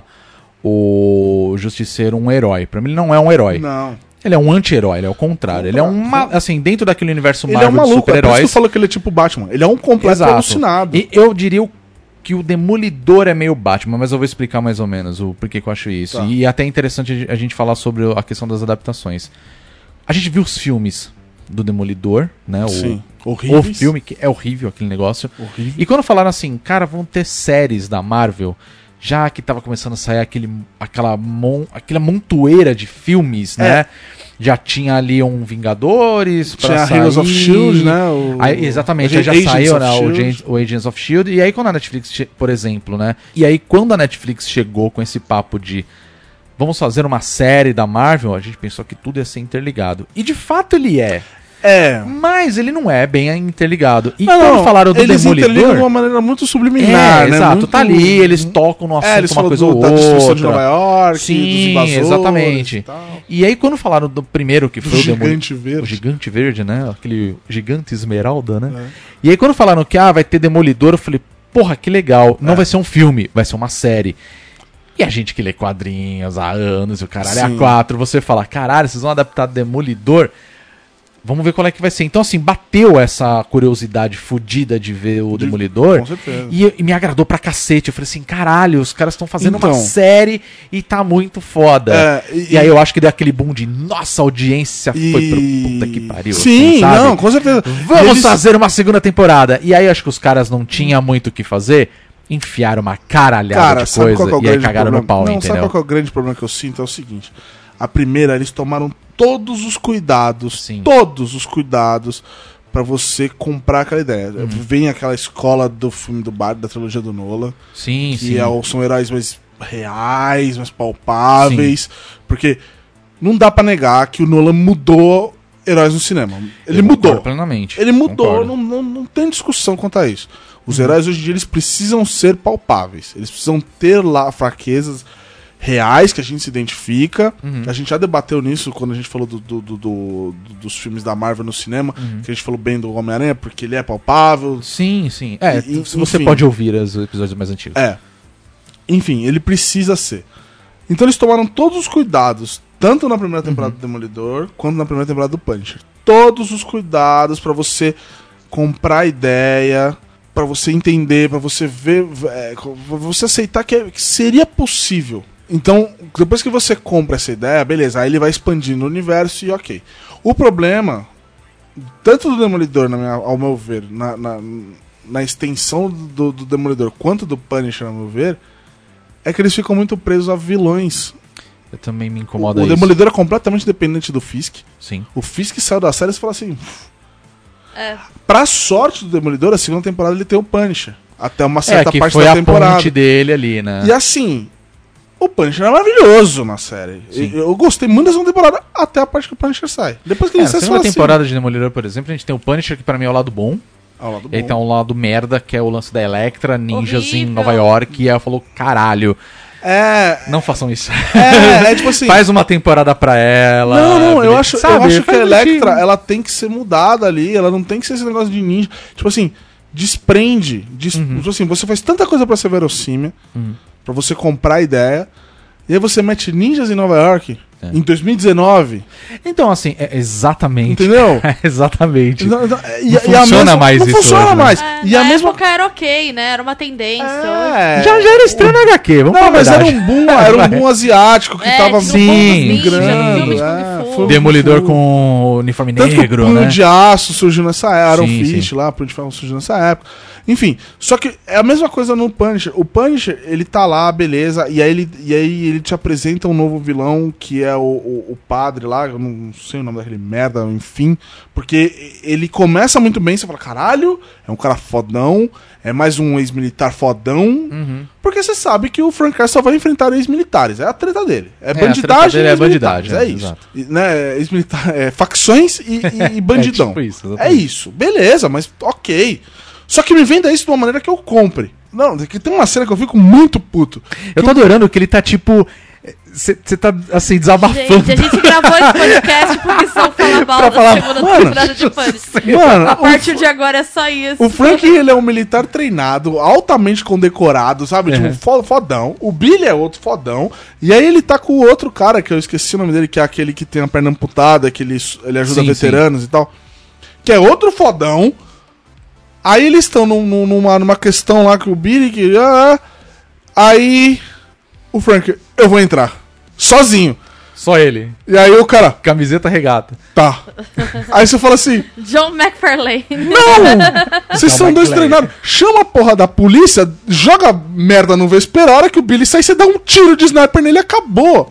o Justiceiro um herói, pra mim ele não é um herói, Não. ele é um anti-herói, ele é o contrário, ele é assim, dentro daquele universo Ele é Marvel um de maluco, é por isso que eu super-heróis, falo que ele é tipo Batman. Ele é um completo exato, alucinado. e eu diria que o Demolidor é meio Batman, mas eu vou explicar mais ou menos o porquê que eu acho isso. Tá. E até é interessante a gente falar sobre a questão das adaptações. A gente viu os filmes do Demolidor, né? Sim. O Horríveis. filme, que é horrível aquele negócio. Horrível. E quando falaram assim, cara, vão ter séries da Marvel, já que tava começando a sair aquela montoeira de filmes, né? Já tinha ali um Vingadores pra Tinha sair. Heroes of S.H.I.E.L.D., né? Aí, exatamente, aí já Agents saiu, of né, S.H.I.E.L.D.. o Agents of S.H.I.E.L.D. E aí quando a Netflix, por exemplo, né? E aí quando a Netflix chegou com esse papo de vamos fazer uma série da Marvel, a gente pensou que tudo ia ser interligado. E de fato ele é. Mas ele não é bem interligado. E quando falaram do eles interligam de Demolidor... uma maneira muito subliminar, né? exato, Muito... tá ali, eles tocam no assunto eles uma falam coisa ou da destruição de outra. Nova York, Sim, dos invasores exatamente. e tal. E aí quando falaram do primeiro, que foi o Gigante O Verde. Gigante Verde, né? Aquele Gigante Esmeralda, né? É. E aí quando falaram que vai ter Demolidor, eu falei, porra, que legal. Não vai ser um filme, vai ser uma série. E a gente que lê quadrinhos há anos, e o caralho Sim. há 4, você fala, caralho, vocês vão adaptar Demolidor? Vamos ver qual é que vai ser. Então, assim, bateu essa curiosidade fodida de ver o Demolidor. Com certeza. E me agradou pra cacete. Eu falei assim, caralho, os caras estão fazendo Então. uma série e tá muito foda. E aí eu acho que deu aquele boom de, nossa, a audiência foi pro puta que pariu. Sim, assim, sabe? não, com certeza. Vamos Eles- fazer uma segunda temporada. E aí acho que os caras não tinham muito o que fazer. Enfiaram uma caralhada Cara, de sabe coisa qual que é o e aí grande cagaram problema? no pau, Não, sabe entendeu? qual que é o grande problema que eu sinto? É o seguinte. A primeira, eles tomaram todos os cuidados, Sim. pra você comprar aquela ideia. Vem aquela escola do filme do Bard, da trilogia do Nolan, Sim, que sim. são heróis mais reais, mais palpáveis, porque não dá pra negar que o Nolan mudou heróis no cinema. Ele Eu mudou. concordo plenamente. Ele mudou, Concordo. não tem discussão quanto a isso. Os heróis hoje em dia eles precisam ser palpáveis. Eles precisam ter lá fraquezas reais que a gente se identifica. A gente já debateu nisso quando a gente falou dos filmes da Marvel no cinema, que a gente falou bem do Homem-Aranha, porque ele é palpável. Sim, sim. Se você enfim. pode ouvir os episódios mais antigos. Enfim, ele precisa ser. Então eles tomaram todos os cuidados, tanto na primeira temporada do Demolidor, quanto na primeira temporada do Punisher. Todos os cuidados pra você comprar a ideia, pra você entender, pra você ver, pra você aceitar que seria possível. Então, depois que você compra essa ideia, beleza, aí ele vai expandindo o universo e ok. O problema, tanto do Demolidor, ao meu ver, na extensão do Demolidor, quanto do Punisher, ao meu ver, é que eles ficam muito presos a vilões. Eu também me incomoda O isso. Demolidor é completamente dependente do Fisk. Sim. O Fisk saiu da série e você fala assim... Pra sorte do Demolidor, a segunda temporada ele tem o Punisher. Até uma certa que parte foi da a temporada. ponte dele ali, né? E assim, o Punisher é maravilhoso na série. Sim. Eu gostei muito da segunda temporada até a parte que o Punisher sai. Depois que ele Na sai, você segunda fala temporada de Demolidor, por exemplo, a gente tem o Punisher, que pra mim é o lado bom. ao lado E aí bom. tem um lado merda, que é o lance da Elektra, ninjas em Horrível. Nova York. E aí ela falou, caralho, não façam isso. É tipo assim... Faz uma temporada pra ela. Não, eu acho que a faz Elektra, bonitinho. ela tem que ser mudada ali, ela não tem que ser esse negócio de ninja. Tipo assim, desprende. Tipo assim, você faz tanta coisa pra ser verossímil, pra você comprar a ideia, e aí você mete ninjas em Nova York. Em 2019. Então, assim, exatamente. Entendeu? Exatamente. Não funciona mais não isso funciona hoje, né? mais. E a Na mesma época era ok, né? Era uma tendência. Já era estranho na HQ, vamos Não, falar a mas era verdade. um boom asiático que tava tinha Sim, um pouco dos ninjas, sim. filme de Kung Fu. Demolidor com uniforme Tanto que o negro, Punho né? de Aço surgiu nessa época, Iron Sim, Fist sim. lá, Punho de Ferro surgiu nessa época. Enfim, só que é a mesma coisa no Punisher. O Punisher, ele tá lá, beleza, e aí ele te apresenta um novo vilão, que é o padre lá, eu não sei o nome daquele merda, enfim, porque ele começa muito bem, você fala, caralho, é um cara fodão, é mais um ex-militar fodão, porque você sabe que o Frank Castle só vai enfrentar ex-militares, é a treta dele. É a bandidagem treta dele e é ex-militares, bandidagem, é isso. exato. E, né, ex-militar, facções e bandidão. tipo isso, É exatamente. isso, beleza, mas ok. Só que me venda isso de uma maneira que eu compre. Não, que tem uma cena que eu fico muito puto. Eu tô adorando que ele tá tipo. Você tá assim, desabafando. Gente, a gente gravou esse podcast porque só fala mal Pra da falar, segunda mano, temporada de Punisher. Mano, A partir de agora é só isso. o Frank, ele é um militar treinado, altamente condecorado, sabe? Uhum. Tipo, fodão. O Billy é outro fodão. E aí ele tá com o outro cara, que eu esqueci o nome dele, que é aquele que tem a perna amputada, que ele ajuda Sim, veteranos e tal. Que é outro fodão. Aí eles estão numa questão lá com o Billy, que... aí o Frank, eu vou entrar. Sozinho. Só ele. E aí o cara, Camiseta regata. tá. Aí você fala assim, John McFarlane. não! Vocês são dois McClane. treinados. Chama a porra da polícia, joga merda no vespeiro, a hora que o Billy sai, você dá um tiro de sniper nele e acabou.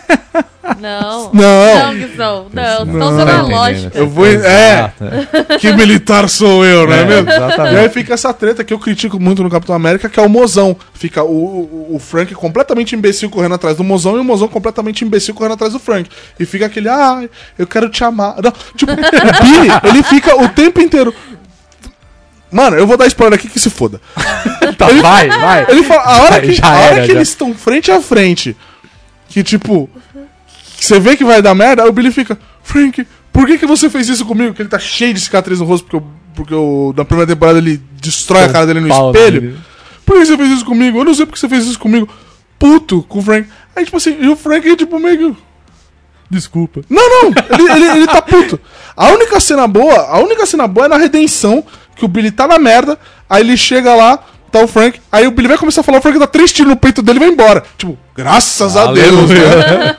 Não. Não. Guizão. Não. Não. Estão usando Tá a entendendo. lógica. Eu vou... Exato. Que militar sou eu, não é, mesmo? exatamente. E aí fica essa treta que eu critico muito no Capitão América, que é o mozão. Fica o Frank completamente imbecil correndo atrás do mozão e o mozão completamente imbecil correndo atrás do Frank. E fica aquele, eu quero te amar. Não, tipo, o Billy, ele fica o tempo inteiro... Mano, eu vou dar spoiler aqui que se foda. Tá, vai. Ele fala, a hora que, Já a hora era, que já. eles estão frente a frente, que tipo, você vê que vai dar merda, aí o Billy fica, Frank, por que você fez isso comigo? Que ele tá cheio de cicatriz no rosto, porque na primeira temporada ele destrói a cara dele no Pau espelho. dele. Por que você fez isso comigo? Eu não sei porque você fez isso comigo. Puto com o Frank. Aí tipo assim, e o Frank tipo meio que... Desculpa. Não, ele tá puto. A única cena boa é na redenção, que o Billy tá na merda, aí ele chega lá, tá o Frank, aí o Billy vai começar a falar, o Frank dá 3 tiros no peito dele e vai embora. Tipo, graças a Deus, né?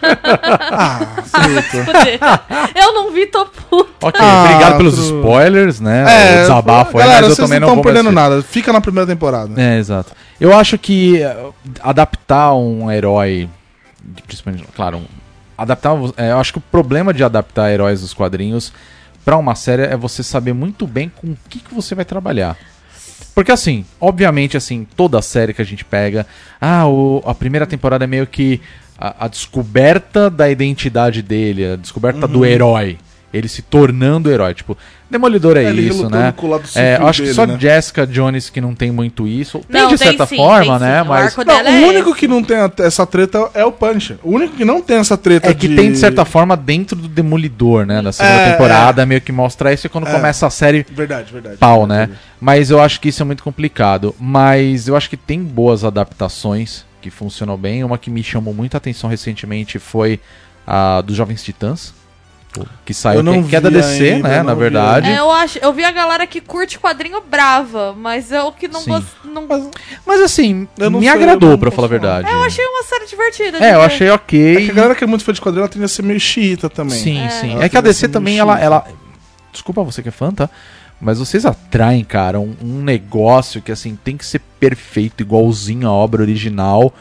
Puta. Eu não vi, tô puto. Ok, obrigado pelos tudo- spoilers, né? O desabafo aí, galera, mas eu vocês também não não estão vou perdendo mais nada. Fica na primeira temporada. É, exato. Eu acho que adaptar um herói, principalmente, claro, eu acho que o problema de adaptar heróis dos quadrinhos pra uma série é você saber muito bem com o que você vai trabalhar. Porque assim, obviamente, assim, toda série que a gente pega, a primeira temporada é meio que a descoberta da identidade dele, a descoberta do herói. Ele se tornando herói. Tipo, Demolidor é Ele isso, relutando né? com o lado Eu sutil acho que dele, só né? Jessica Jones que não tem muito isso. Tem Não, de tem certa sim, forma, tem né? sim. O Mas arco Não, dela o é único esse. que não tem essa treta é o Punisher. O único que não tem essa treta é que tem, de certa forma, dentro do Demolidor, né? Da segunda temporada, meio que mostra isso e quando começa a série, Verdade. pau, né? Mas eu acho que isso é muito complicado. Mas eu acho que tem boas adaptações que funcionam bem. Uma que me chamou muita atenção recentemente foi a dos Jovens Titãs. Que saiu, Eu não que é da vi DC, ainda, né? não Na vi verdade. Eu vi a galera que curte quadrinho brava, mas eu que não Sim. gosto. Mas assim, Eu não me sei, agradou, eu não pra posso falar a falar. verdade. Eu achei uma série divertida. de É, eu ver. achei ok. É que a galera que é muito fã de quadrinho, ela tende a ser meio xiita também. Sim, sim. Ela É que a tende DC ser também, meio ela... Desculpa você que é fã, tá? Mas vocês atraem, cara, um negócio que, assim, tem que ser perfeito, igualzinho à obra original.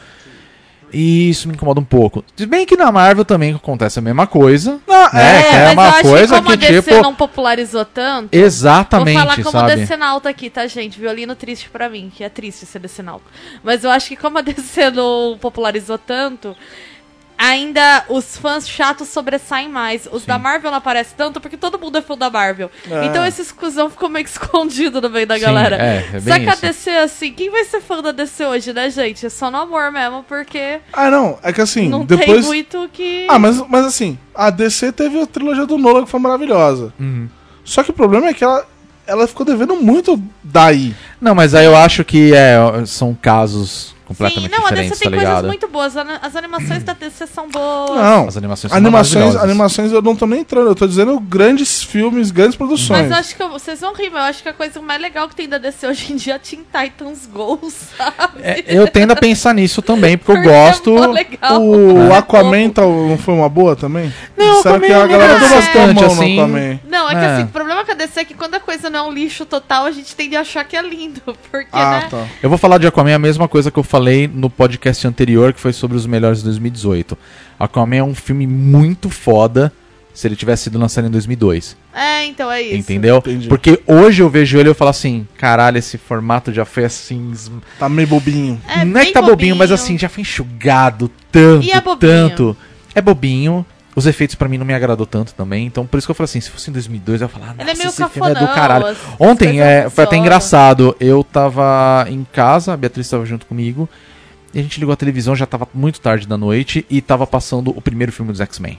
E isso me incomoda um pouco. Se bem que na Marvel também acontece a mesma coisa. Né? Que é mas eu uma acho coisa que como a que, DC tipo... não popularizou tanto... Exatamente, Vou falar como sabe? decenalta aqui, tá, gente? Violino triste pra mim, que é triste ser decenalta. Mas eu acho que como a DC não popularizou tanto, ainda os fãs chatos sobressaem mais. Os da Marvel não aparecem tanto porque todo mundo é fã da Marvel. Então esse exclusão ficou meio que escondido no meio da Sim, galera. é bem Só que a isso. DC, assim, quem vai ser fã da DC hoje, né, gente? É só no amor mesmo, porque Não, é que assim, não tem depois... muito que... Mas assim, a DC teve a trilogia do Nolan que foi maravilhosa. Uhum. Só que o problema é que ela ficou devendo muito daí. Não, mas aí eu acho que são casos completamente Sim, não, a diferentes, DC tem tá coisas ligado? muito boas. As animações da DC são boas. Não, As animações são maravilhosas. animações eu não tô nem entrando, eu tô dizendo grandes filmes, grandes produções. Mas eu acho que vocês vão rir, mas eu acho que a coisa mais legal que tem da DC hoje em dia é Teen Titans Go, sabe? Eu tendo a pensar nisso também, porque eu Porque gosto... é mó legal. O Aquaman não foi uma boa também? Não, Disseram Aquaman que a eu galera gosto não gostou bastante, mal assim. no Aquaman. Não, é que É. assim, o problema com a DC é que quando a coisa não é um lixo total, a gente tende a achar que é lindo. Porque, Ah, né? tá. Eu vou falar de Aquaman a mesma coisa que eu falei no podcast anterior, que foi sobre os melhores de 2018. Aquaman é um filme muito foda se ele tivesse sido lançado em 2002. É, então é isso. Entendeu? Entendi. Porque hoje eu vejo ele e eu falo assim, caralho, esse formato já foi assim... Tá meio bobinho. É não é que bem tá bobinho, mas assim, já foi enxugado tanto, E é bobinho. tanto. É bobinho. Os efeitos pra mim não me agradou tanto também. Então por isso que eu falo assim, se fosse em 2002 eu ia falar, Ele é nossa, meio esse filme é do cafonão, caralho. as Ontem coisas não foi até funcionam. engraçado. Eu tava em casa, a Beatriz tava junto comigo. E a gente ligou a televisão, já tava muito tarde da noite. E tava passando o primeiro filme dos X-Men.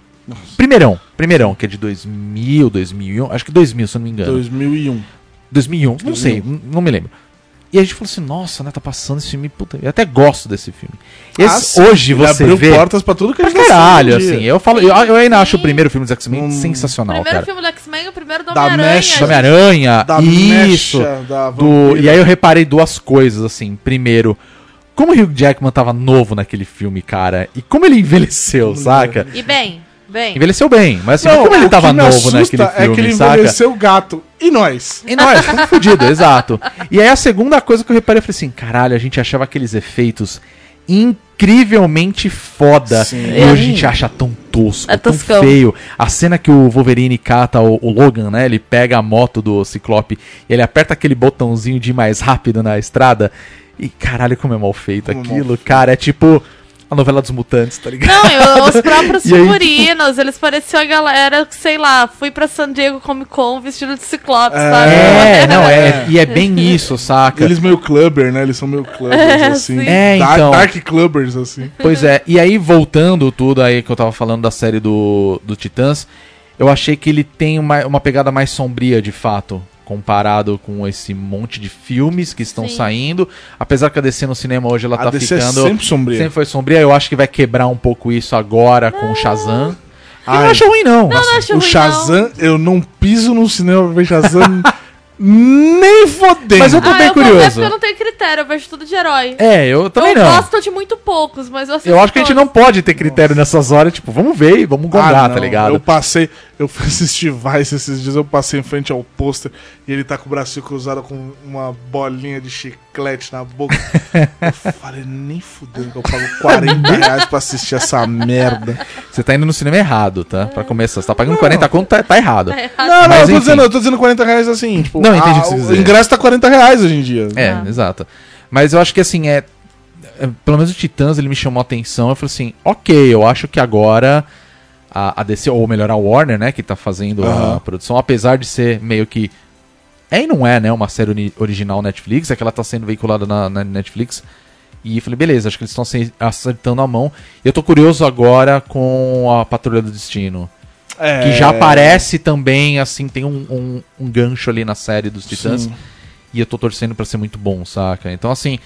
Primeirão, que é de 2000, 2001. Acho que 2000, se eu não me engano. 2001. 2001, não sei, não me lembro. E a gente falou assim, nossa, né, tá passando esse filme, puta, eu até gosto desse filme. Esse, sim, hoje ele você abriu vê... portas pra tudo que a Pra gente tá caralho, assistindo hoje em assim, dia. eu ainda acho o Sim. primeiro filme dos X-Men O sensacional, primeiro cara. filme do X-Men e o primeiro do Da Homem-Aranha. Mesh, Do Homem-Aranha, Da isso. mecha, da Do, vampira. e aí eu reparei duas coisas, assim. Primeiro, como o Hugh Jackman tava novo naquele filme, cara, e como ele envelheceu, saca? E bem. Envelheceu bem, mas assim, Não, como ele o tava que me novo assusta naquele filme, é que ele saca? envelheceu o gato. E nós? E nós, estamos fodidos, exato. E aí a segunda coisa que eu reparei, eu falei assim, caralho, a gente achava aqueles efeitos incrivelmente foda. Sim. E hoje a gente acha tão tosco, É tão toscão. feio. A cena que o Wolverine cata o Logan, né? Ele pega a moto do Ciclope e ele aperta aquele botãozinho de ir mais rápido na estrada. E caralho, como é mal feito Como é mal aquilo, cara. É tipo a novela dos mutantes, tá ligado? Não, os próprios E aí, figurinos, eles pareciam a galera, sei lá, fui pra San Diego Comic Con vestido de Ciclope, sabe? E é bem isso, saca? Eles meio clubber, né? Eles são meio clubbers, É, assim. sim. É, então. Dark clubbers, assim. Pois é, e aí voltando tudo aí que eu tava falando da série do Titãs, eu achei que ele tem uma pegada mais sombria de fato, comparado com esse monte de filmes que estão Sim. saindo. Apesar que a DC no cinema hoje ela A tá DC é ficando... sempre sombria. Sempre foi sombria, eu acho que vai quebrar um pouco isso agora com o Shazam. Eu Ai, não acho ruim não. Não acho O ruim, Shazam, eu não piso no cinema pra ver Shazam nem fodendo. Mas eu tô bem eu vou ver curioso. porque eu não tenho critério, eu vejo tudo de herói. É, eu também eu não. gosto de muito poucos, mas eu assisto Eu acho que a gente todos. não pode ter critério nessas horas, tipo, vamos ver e vamos gongar, tá ligado? Eu fui assistir Vice esses dias, eu passei em frente ao pôster e ele tá com o bracinho cruzado com uma bolinha de chiclete na boca. Eu falei, nem fudendo que eu pago 40 reais pra assistir essa merda. Você tá indo no cinema errado, tá? Pra começar, você tá pagando 40 conto, tá errado. É. Não, Mas, eu enfim. tô dizendo 40 reais assim, tipo, Não, entendi o que você o quiser. ingresso tá 40 reais hoje em dia. É, exato. Mas eu acho que assim, pelo menos o Titãs ele me chamou a atenção. Eu falei assim, ok, eu acho que agora a DC, ou melhor, a Warner, né, que tá fazendo a produção, apesar de ser meio que. E não é, né, uma série original Netflix, é que ela tá sendo veiculada na Netflix. E eu falei, beleza, acho que eles estão acertando a mão. E eu tô curioso agora com a Patrulha do Destino. Que já aparece também, assim, tem um gancho ali na série dos Titãs. Sim. E eu tô torcendo pra ser muito bom, saca? Então, assim,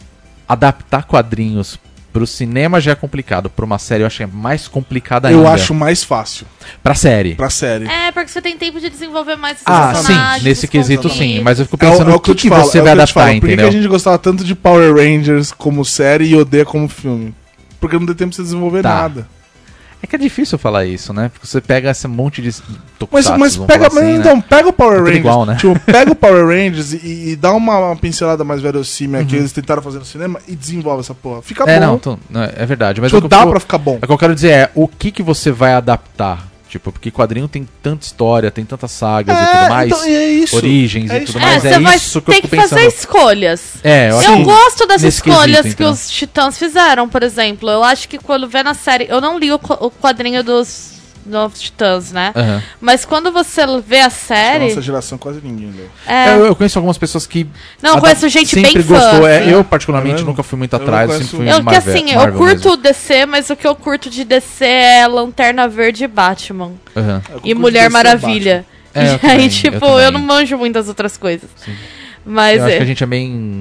adaptar quadrinhos pro cinema já é complicado. Pra uma série eu acho que é mais complicado ainda. Eu acho mais fácil Pra série. pra série. É, porque você tem tempo de desenvolver mais esses Ah, personagens, sim, nesse os quesito conflitos. sim. Mas eu fico pensando no eu que te falo, você é o vai que eu te falo. adaptar, Por que entendeu? a gente gostava tanto de Power Rangers como série e odeia como filme? Porque não deu tempo de você desenvolver Tá. nada. É que é difícil falar isso, né? Porque você pega esse monte de Mas tokusatsu, vamos pega, falar assim, mas então, né? pega o Power É tudo Rangers. igual, né? Tipo, pega o Power Rangers e dá uma pincelada mais verossímil que eles tentaram fazer no cinema e desenvolve essa porra. Fica bom. Não, é verdade. Mas Tipo, o que dá eu- pra ficar bom. O que eu quero dizer é, o que você vai adaptar? Tipo, porque quadrinho tem tanta história, tem tantas sagas e tudo mais, então, é isso. origens É e isso. tudo mais. você É vai isso que eu ter fico que fazer pensando. escolhas. É, eu acho Eu que gosto das nesse escolhas quesito, que então. os Titãs fizeram, por exemplo. Eu acho que quando vê na série... Eu não li o quadrinho dos Novos Titãs, né? Aham. Mas quando você vê a série... Nossa geração quase ninguém leu. Eu conheço algumas pessoas que Não, eu conheço gente sempre bem fã. gostou. assim. Eu, particularmente, É mesmo? nunca fui muito Eu não atrás. conheço- Sempre fui Eu que Marvel, assim, eu Marvel curto mesmo. o DC, mas o que eu curto de DC é Lanterna Verde e Batman. Aham. E Mulher Maravilha. É, eu e também, aí, tipo, eu também. eu não manjo muitas outras coisas. Mas Eu acho que a gente é bem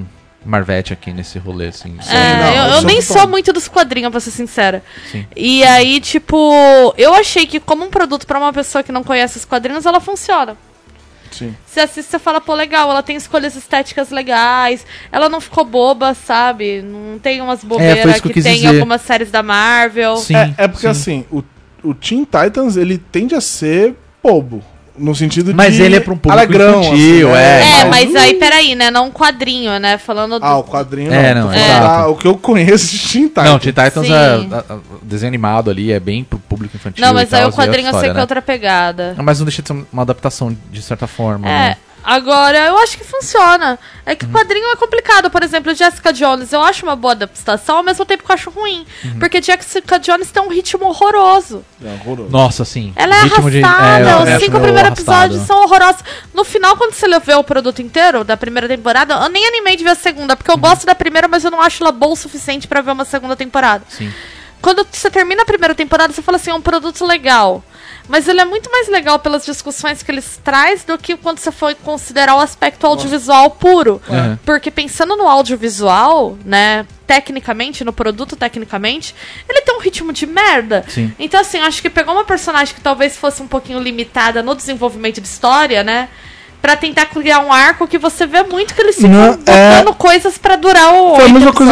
Marvete aqui nesse rolê, assim. Eu nem sou muito dos quadrinhos, pra ser sincera. Sim. E aí, tipo, eu achei que como um produto pra uma pessoa que não conhece os quadrinhos, ela funciona. Sim. Você assiste, você fala, pô, legal, ela tem escolhas estéticas legais, ela não ficou boba, sabe? Não tem umas bobeiras que tem em algumas séries da Marvel. Sim, porque assim, o Teen Titans, ele tende a ser bobo. No sentido mas de... ele é pra um público alegrão, infantil, assim, mas aí, peraí, né? Não um quadrinho, né? Falando do... o quadrinho não. Exato. O que eu conheço de Teen Titans. Não, Teen Titans desenho animado ali, é bem pro público infantil. Não, mas aí o quadrinho eu sei que é outra pegada. Mas não deixa de ser uma adaptação, de certa forma. Né? Agora, eu acho que funciona. É que o quadrinho é complicado. Por exemplo, Jessica Jones, eu acho uma boa adaptação, ao mesmo tempo que eu acho ruim. Porque Jessica Jones tem um ritmo horroroso. Horroroso. Nossa, sim. Ela é arrastada, os 5 primeiros episódios são horrorosos. No final, quando você vê o produto inteiro da primeira temporada, eu nem animei de ver a segunda, porque eu gosto da primeira, mas eu não acho ela boa o suficiente pra ver uma segunda temporada. Sim. Quando você termina a primeira temporada, você fala assim, é um produto legal. Mas ele é muito mais legal pelas discussões que eles traz do que quando você for considerar o aspecto audiovisual puro. Uhum. Porque pensando no audiovisual, né, tecnicamente, no produto tecnicamente, ele tem um ritmo de merda. Sim. Então, assim, acho que pegou uma personagem que talvez fosse um pouquinho limitada no desenvolvimento de história, né, pra tentar criar um arco que você vê muito que eles ficam botando coisas pra durar o Foi a mesma coisa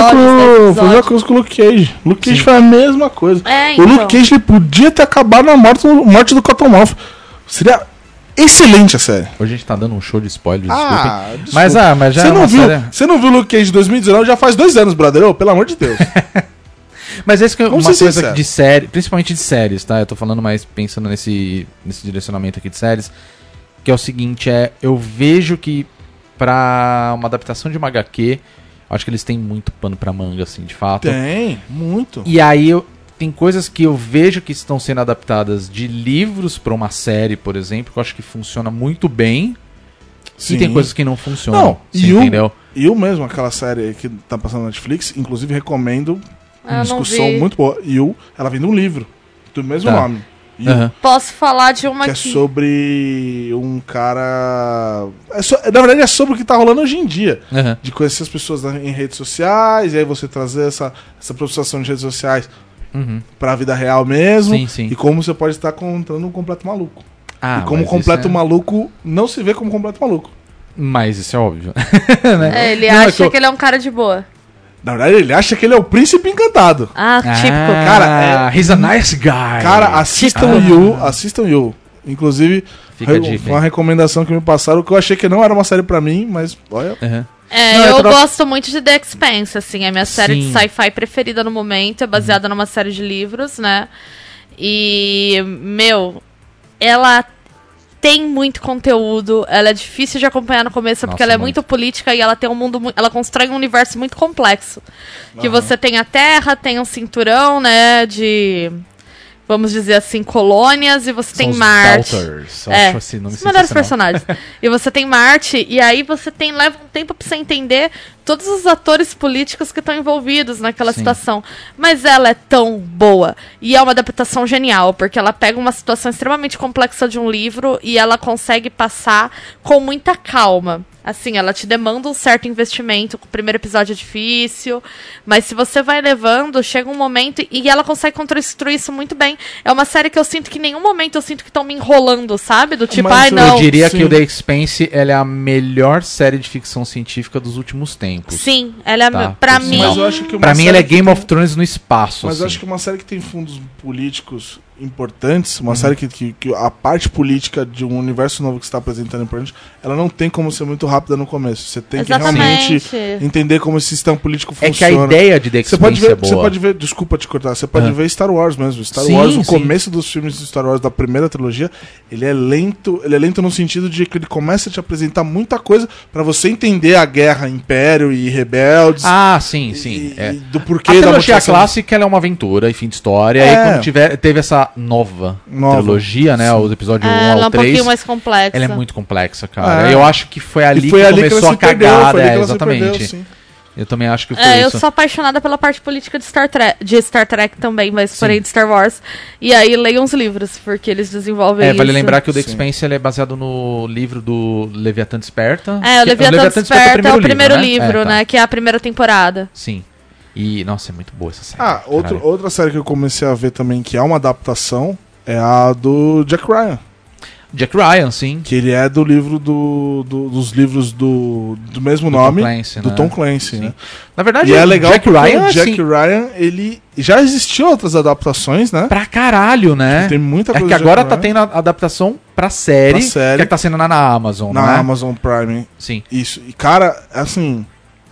com o Luke Cage. Luke Cage foi a mesma coisa. Então. O Luke Cage ele podia ter acabado na morte do Cottonmouth. Seria excelente a série. Hoje a gente tá dando um show de spoiler, desculpem. Desculpa. Mas já você é uma série... Você não viu o Luke Cage de 2019? Já faz 2 anos, brother. Pelo amor de Deus. Mas esse que é uma coisa sincero. de série, principalmente de séries, tá? Eu tô falando mais pensando nesse direcionamento aqui de séries. Que é o seguinte, eu vejo que pra uma adaptação de uma HQ, acho que eles têm muito pano pra manga, assim, de fato. Tem, muito. E aí tem coisas que eu vejo que estão sendo adaptadas de livros pra uma série, por exemplo, que eu acho que funciona muito bem. Sim. E tem coisas que não funcionam. Entendeu? E eu mesmo, aquela série que tá passando na Netflix, inclusive recomendo, uma discussão muito boa. Ela vem de um livro, do mesmo nome. Posso falar de uma que é sobre um cara... na verdade é sobre o que tá rolando hoje em dia. De conhecer as pessoas em redes sociais, e aí você trazer essa processação de redes sociais pra vida real mesmo. Sim. E como você pode estar encontrando um completo maluco. E como completo maluco não se vê como completo maluco. Mas isso é óbvio. Né? Ele acha que ele é um cara de boa. Na verdade, ele acha que ele é o príncipe encantado. Típico. Cara, he's a nice guy. Cara, assistam You. Inclusive, foi uma recomendação que me passaram, que eu achei que não era uma série pra mim, mas olha... Eu gosto muito de The Expanse, assim, é a minha série de sci-fi preferida no momento, é baseada numa série de livros, né? E, ela tem muito conteúdo, ela é difícil de acompanhar no começo, porque ela é muito política e ela tem ela constrói um universo muito complexo. Que você tem a Terra, tem um cinturão, né, de... vamos dizer assim, colônias, e você tem Marte. Acho esse nome os melhores personagens. E você tem Marte, e aí você leva um tempo pra você entender todos os atores políticos que estão envolvidos naquela situação. Mas ela é tão boa. E é uma adaptação genial, porque ela pega uma situação extremamente complexa de um livro e ela consegue passar com muita calma. Assim, ela te demanda um certo investimento, o primeiro episódio é difícil, mas se você vai levando, chega um momento e ela consegue construir isso muito bem. É uma série que eu sinto que em nenhum momento eu sinto que estão me enrolando, sabe? Do tipo, não. Eu diria que o The Expanse, ela é a melhor série de ficção científica dos últimos tempos. Sim, ela é pra mim... Mas eu acho que pra mim ela é Game of Thrones no espaço. Mas eu acho que uma série que tem fundos políticos importantes, uma série que a parte política de um universo novo que você está apresentando importante, ela não tem como ser muito rápida no começo. Você tem que realmente entender como esse sistema político funciona. É que a ideia de The Expanse é boa. Você pode ver, desculpa te cortar, você pode ver Star Wars mesmo. Star Wars, o começo dos filmes de Star Wars da primeira trilogia, ele é lento no sentido de que ele começa a te apresentar muita coisa pra você entender a guerra, Império e Rebeldes. Sim. E do porquê a da trilogia clássica, ela é uma aventura e fim de história. E aí quando teve essa nova trilogia, né? Os episódios 1 ao 3. Ela é um pouquinho mais complexa. Ela é muito complexa, cara. Eu acho que foi ali que começou a cagada. Exatamente. Eu também acho que foi eu isso. sou apaixonada pela parte política de Star Trek também, mas porém de Star Wars. E aí leiam os livros, porque eles desenvolvem isso. Vale lembrar que o The Expanse ele é baseado no livro do Leviatã Desperta. O Leviatã Desperta é o primeiro livro, né? Tá. Que é a primeira temporada. Sim. E, nossa, é muito boa essa série. Outra série que eu comecei a ver também, que é uma adaptação, é a do Jack Ryan. Jack Ryan, sim. Que ele é do livro dos livros do mesmo nome, Tom Clancy, do né? Tom Clancy, né? Na verdade, E é legal Jack porque Ryan, o Jack assim, Ryan, ele já existiam outras adaptações, né? pra caralho, né? Tem muita coisa É que do agora Jack tá Ryan. tendo a adaptação pra série, Pra série. que é que tá sendo na Amazon, Na né? Amazon Prime. Sim. Isso. E, cara, assim,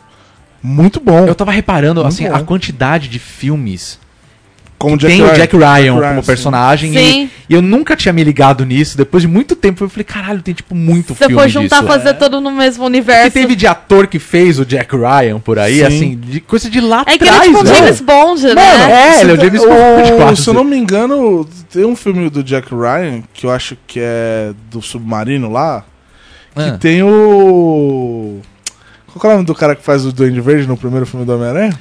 muito bom. Eu tava reparando, Muito assim, bom. a quantidade de filmes Como que tem o Jack Ryan como sim. personagem. Sim. E eu nunca tinha me ligado nisso. Depois de muito tempo, eu falei, caralho, tem, tipo, muito Você filme for juntar, disso. fazer tudo no mesmo Que universo. teve de ator que fez o Jack Ryan por aí, Sim. assim, de coisa de lá É que ele é atrás, tipo o né? James Bond, Mano, né? ele é o James Bond quase. Se eu não me engano, tem um filme do Jack Ryan, que eu acho que é do Submarino lá, que tem o... Qual é o nome do cara que faz o Duende Verde no primeiro filme do Homem-Aranha?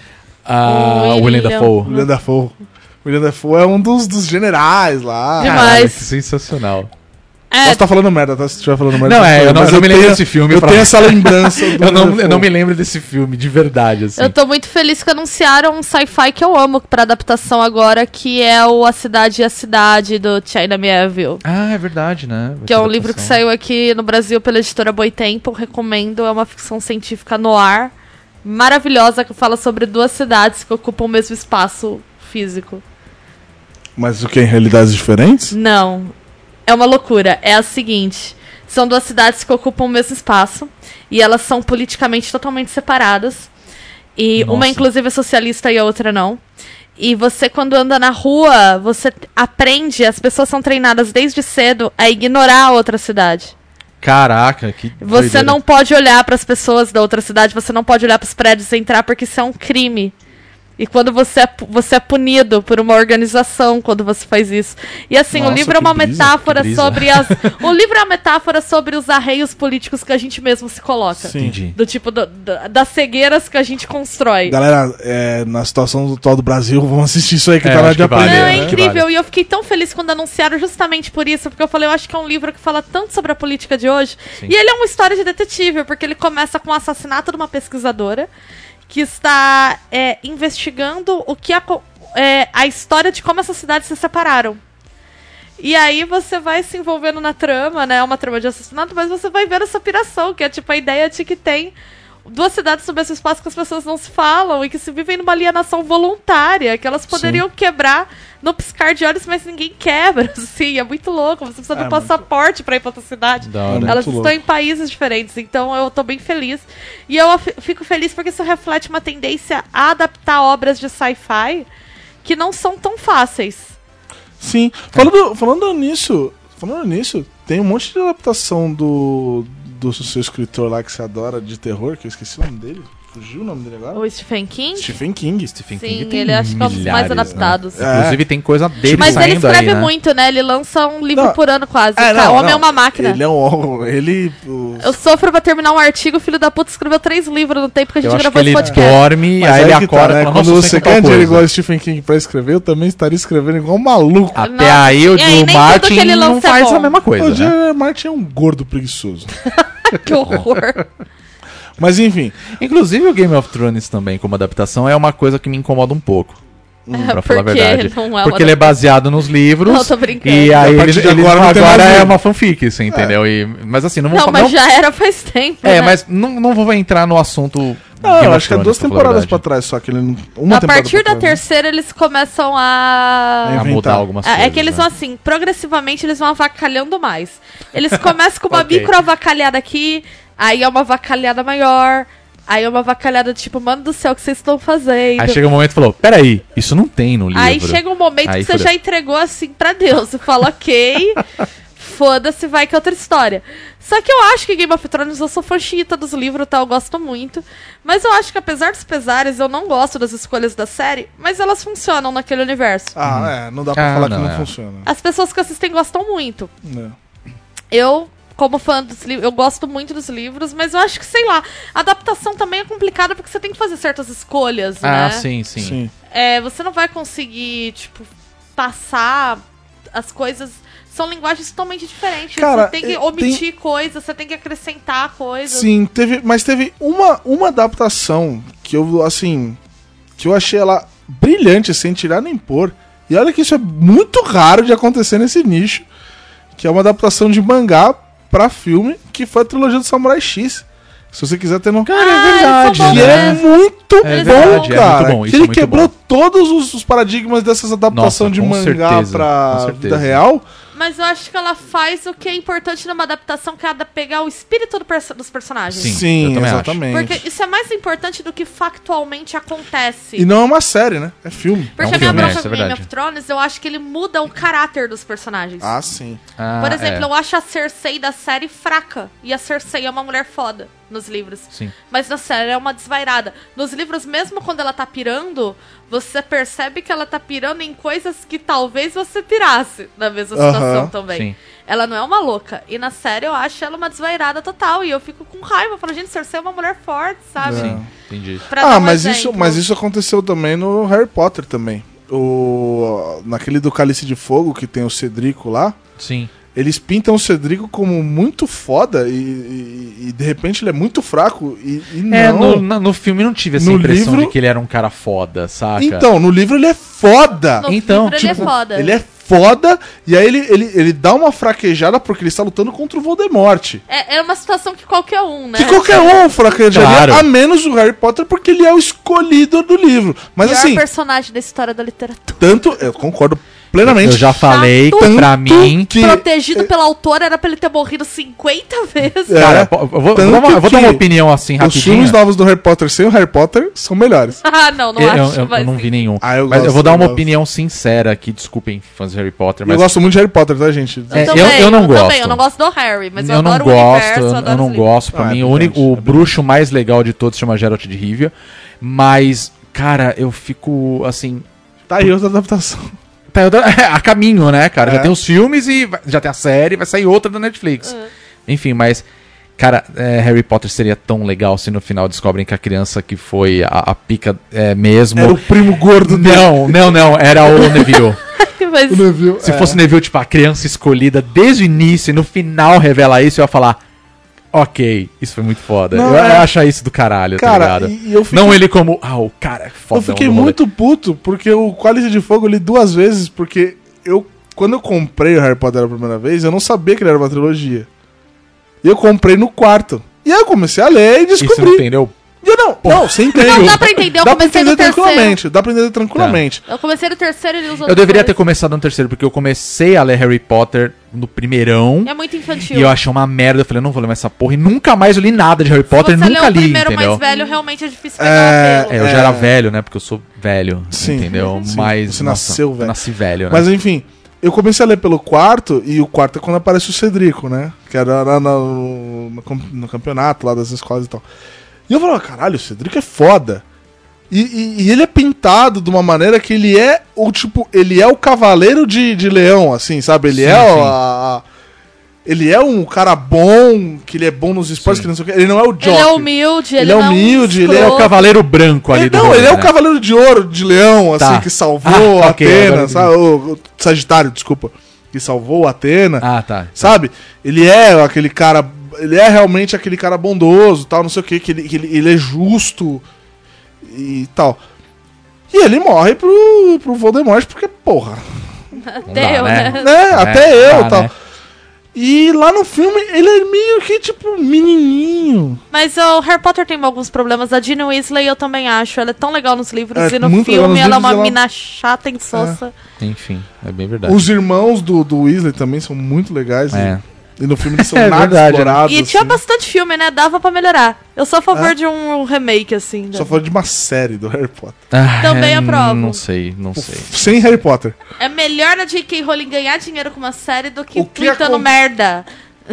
O William Dafoe. William Dafoe. William Dafoe é um dos generais lá. Demais. Caralho, que sensacional. Posso estar falando merda, tá? Se estiver falando merda. Não, eu eu não me lembro desse filme. Eu tenho essa lembrança do eu Dafoe. não me lembro desse filme, de verdade, assim. Eu tô muito feliz que anunciaram um sci-fi que eu amo pra adaptação agora, que é o A Cidade e a Cidade, do China Miéville. Ah, é verdade, né? Vai Que é ter um livro que adaptação. saiu aqui no Brasil pela editora Boitempo, recomendo. É uma ficção científica no ar, maravilhosa, que fala sobre duas cidades que ocupam o mesmo espaço físico. Mas o que? Em realidades diferentes? Não. É uma loucura. É a seguinte: são duas cidades que ocupam o mesmo espaço e elas são politicamente totalmente separadas. E Nossa. uma, inclusive, é socialista e a outra não. E você, quando anda na rua, você aprende, as pessoas são treinadas desde cedo a ignorar a outra cidade. Caraca, que Você doideira. não pode olhar para as pessoas da outra cidade, você não pode olhar para os prédios e entrar, porque isso é um crime. E quando você é punido por uma organização quando você faz isso. E assim, Nossa, o livro é que uma brisa, metáfora que brisa. sobre o livro é uma metáfora sobre os arreios políticos que a gente mesmo se coloca. Sim. Entendi. Do tipo das cegueiras que a gente constrói. Galera, na situação atual do Brasil, vamos assistir isso aí que tá na acho de que vale, aprender. Não, né? é né? incrível. Vale. E eu fiquei tão feliz quando anunciaram justamente por isso, porque eu falei, eu acho que é um livro que fala tanto sobre a política de hoje. Sim. E ele é uma história de detetive, porque ele começa com o assassinato de uma pesquisadora que está investigando o que a história de como essas cidades se separaram. E aí você vai se envolvendo na trama, né? É uma trama de assassinato, mas você vai ver essa piração, que é tipo a ideia de que tem duas cidades sob esse espaço que as pessoas não se falam e que se vivem numa alienação voluntária, que elas poderiam quebrar no piscar de olhos, mas ninguém quebra, assim, é muito louco. Você precisa do passaporte pra ir pra outra cidade. Da hora. Elas Muito estão louco. em países diferentes, então eu tô bem feliz. E eu fico feliz porque isso reflete uma tendência a adaptar obras de sci-fi que não são tão fáceis. Sim. Falando nisso, tem um monte de adaptação do seu escritor lá que você adora de terror, que eu esqueci o nome dele. Fugiu o nome dele agora? O Stephen King? Stephen King. Stephen Sim, King tem ele acho que é um dos mais milhares, né? adaptados. Inclusive tem coisa dele Mas ele saindo escreve aí, né? muito, né? Ele lança um livro Não. por ano quase. Não, O homem não. é uma máquina. Ele é um... Eu sofro pra terminar um artigo, o filho da puta escreveu 3 livros no tempo que a Eu gente acho que gravou esse ele podcast. dorme, Mas aí ele que tá, acorda né? e fala, Quando nossa, você tem tal quer dinheiro coisa. igual o Stephen King pra escrever, eu também estaria escrevendo igual um maluco. Até Nossa, aí o e aí, nem tudo Martin que ele não lança é faz bom. a mesma O coisa, né? George Martin é um gordo preguiçoso. Que horror. Mas enfim, Inclusive o Game of Thrones também, como adaptação, é uma coisa que me incomoda um pouco. Pra falar a porque verdade. não é uma Porque ele é baseado nos livros. Não, tô brincando. E aí A partir eles de agora não tem agora mais é livro. uma fanfic, assim, entendeu? Mas assim, não vou Não, falar. mas já era faz tempo. É, né? mas não vou entrar no assunto. não, Game eu of acho que é Thrones, 2 pra falar a temporadas verdade. pra trás, só que ele não... A partir da terceira eles começam a A mudar inventar. algumas coisas. É que eles né? vão assim, progressivamente eles vão avacalhando mais. Eles começam com uma Ok. micro avacalhada aqui, aí é uma avacalhada maior, aí é uma avacalhada tipo, mano do céu, o que vocês estão fazendo? Aí chega um momento e falou: peraí, isso não tem no livro. Aí chega um momento Aí que você fodeu. já entregou assim pra Deus. Você fala, ok, foda-se, vai que é outra história. Só que eu acho que Game of Thrones, eu sou fã chita dos livros, tá? Eu gosto muito. Mas eu acho que apesar dos pesares, eu não gosto das escolhas da série, mas elas funcionam naquele universo. não dá pra falar que não, não é. funciona. As pessoas que assistem gostam muito. É. Eu como fã dos livros, eu gosto muito dos livros, mas eu acho que, sei lá, a adaptação também é complicada porque você tem que fazer certas escolhas, né? Ah, sim. Você não vai conseguir, tipo, passar as coisas... São linguagens totalmente diferentes. Cara, você tem que omitir coisas, você tem que acrescentar coisas. Sim, mas teve uma adaptação que eu, assim, que eu achei ela brilhante, sem tirar nem pôr. E olha que isso é muito raro de acontecer nesse nicho, que é uma adaptação de mangá pra filme, que foi a trilogia do Samurai X. Se você quiser ter no... Cara, é verdade. Que é muito bom, verdade, cara. É muito bom, que ele muito quebrou bom. todos os paradigmas dessas adaptações de com mangá certeza, pra com certeza. vida real. Mas eu acho que ela faz o que é importante numa adaptação, que é pegar o espírito dos personagens. Sim, eu também exatamente. Porque isso é mais importante do que factualmente acontece. E não é uma série, né? É filme. Porque É um a minha filme, bronca isso é com Game verdade. of Thrones, eu acho que ele muda o caráter dos personagens. Ah, sim. Por exemplo, eu acho a Cersei da série fraca. E a Cersei é uma mulher foda nos livros. Sim. Mas na série é uma desvairada. Nos livros, mesmo quando ela tá pirando, você percebe que ela tá pirando em coisas que talvez você pirasse na mesma situação também. Sim. Ela não é uma louca. E na série eu acho ela uma desvairada total. E eu fico com raiva. Eu falo, gente, Cersei é uma mulher forte, sabe? É. Sim, entendi. Pra dar um mas exemplo. isso aconteceu também no Harry Potter também. Naquele do Cálice de Fogo, que tem o Cedrico lá, Sim. eles pintam o Cedrico como muito foda e de repente ele é muito fraco e não. No filme não tive essa No impressão livro- de que ele era um cara foda, saca? Então, no livro ele é foda. No Então, livro ele é tipo, foda. Ele é foda e aí ele dá uma fraquejada porque ele está lutando contra o Voldemort. É uma situação que qualquer um, né? Que qualquer um fraquejaria, Claro. a menos o Harry Potter, porque ele é o escolhido do livro. Mas Pior assim, personagem da história da literatura. tanto... Eu concordo plenamente. Eu já falei Chato. que pra mim... que- Protegido pela autora, era pra ele ter morrido 50 vezes. É, Cara, eu vou tanto dar uma que opinião assim Os rapidinho. filmes novos do Harry Potter sem o Harry Potter são melhores. Ah, não acho. Eu mas não sim. vi nenhum. Ah, eu Mas gosto, eu vou dar uma eu gosto. opinião sincera aqui, desculpem, fãs de Harry Potter, Eu mas gosto muito de Harry Potter, tá, gente? É, Também, eu não gosto. Também, eu não gosto do Harry, mas eu eu não adoro o gosto, universo, eu adoro eu não os livros. gosto. Pra Ah, mim, é o brilhante, bruxo mais legal de todos chama Geralt de Rivia. Mas, cara, eu fico assim. Tá aí outra adaptação. Tá a caminho, né, cara? É. Já tem os filmes e já tem a série, vai sair outra da Netflix. Enfim, mas. Cara, Harry Potter seria tão legal se no final descobrem que a criança que foi a pica mesmo. Era o primo gordo dele. Não, era o Neville. Mas O Neville, Se fosse Neville, tipo, a criança escolhida desde o início e no final revela isso, eu ia falar, ok, isso foi muito foda. Não, eu é. ia achar isso do caralho, tá Cara, ligado? e eu fiquei- Não ele como, o cara é foda. Eu fiquei muito puto porque o Cálice de Fogo eu li 2 vezes, porque quando eu comprei o Harry Potter a primeira vez, eu não sabia que ele era uma trilogia. E eu comprei no quarto. E aí eu comecei a ler e Isso não descobri. entendeu? E eu não, você entende. Não, dá pra entender, eu Dá pra comecei entender no terceiro. tranquilamente, dá pra entender tranquilamente. eu comecei no terceiro e os outros Eu deveria ter dois. começado no terceiro, porque eu comecei a ler Harry Potter no primeirão. É muito infantil. E eu achei uma merda, eu falei, eu não vou ler mais essa porra. E nunca mais eu li nada de Harry Potter, Se você nunca lê o li, primeiro entendeu? mais velho, realmente é difícil pegar o apelo. Eu já era velho, né? Porque eu sou velho, Sim, entendeu? sim. Mas, Você nasceu velho. Eu nasci velho, né? Mas enfim, eu comecei a ler pelo quarto, e o quarto é quando aparece o Cedrico, né? Que era no campeonato lá das escolas e tal. E eu falava, caralho, o Cedrico é foda. E ele é pintado de uma maneira que ele é ele é o cavaleiro de leão, assim, sabe? Ele ele é um cara bom, que ele é bom nos esportes, que não sei o que. Ele não é o jockey. Ele é humilde, Ele é não humilde, ele Ele é o escroto. cavaleiro branco ali do Não, rolê, ele é o né? cavaleiro de ouro, de leão, assim, Tá. que salvou Ok, Atena, agora sabe? O Sagitário, desculpa. Que salvou Atena. Ah, tá. Sabe? Ele é aquele cara. Ele é realmente aquele cara bondoso, tal, não sei o que ele é justo e tal. E ele morre pro Voldemort, porque, porra. Não Deu, dá, né? né? Né? Até eu Tá, tal. né? E lá no filme, ele é meio que, tipo, menininho. Mas o Harry Potter tem alguns problemas. A Ginny Weasley eu também acho. Ela é tão legal nos livros É, e no muito legal filme nos ela é livros, uma ela- mina chata, insossa. Enfim, é bem verdade. Os irmãos do Weasley também são muito legais. É. E no filme eles são É nada verdade, explorados. E tinha assim. bastante filme, né? Dava pra melhorar. Eu sou a favor É? de um remake, assim. Só falando de uma série do Harry Potter. Também aprovo. Não sei. Sem Harry Potter. É melhor a J.K. Rowling ganhar dinheiro com uma série do que O que printando acon- merda.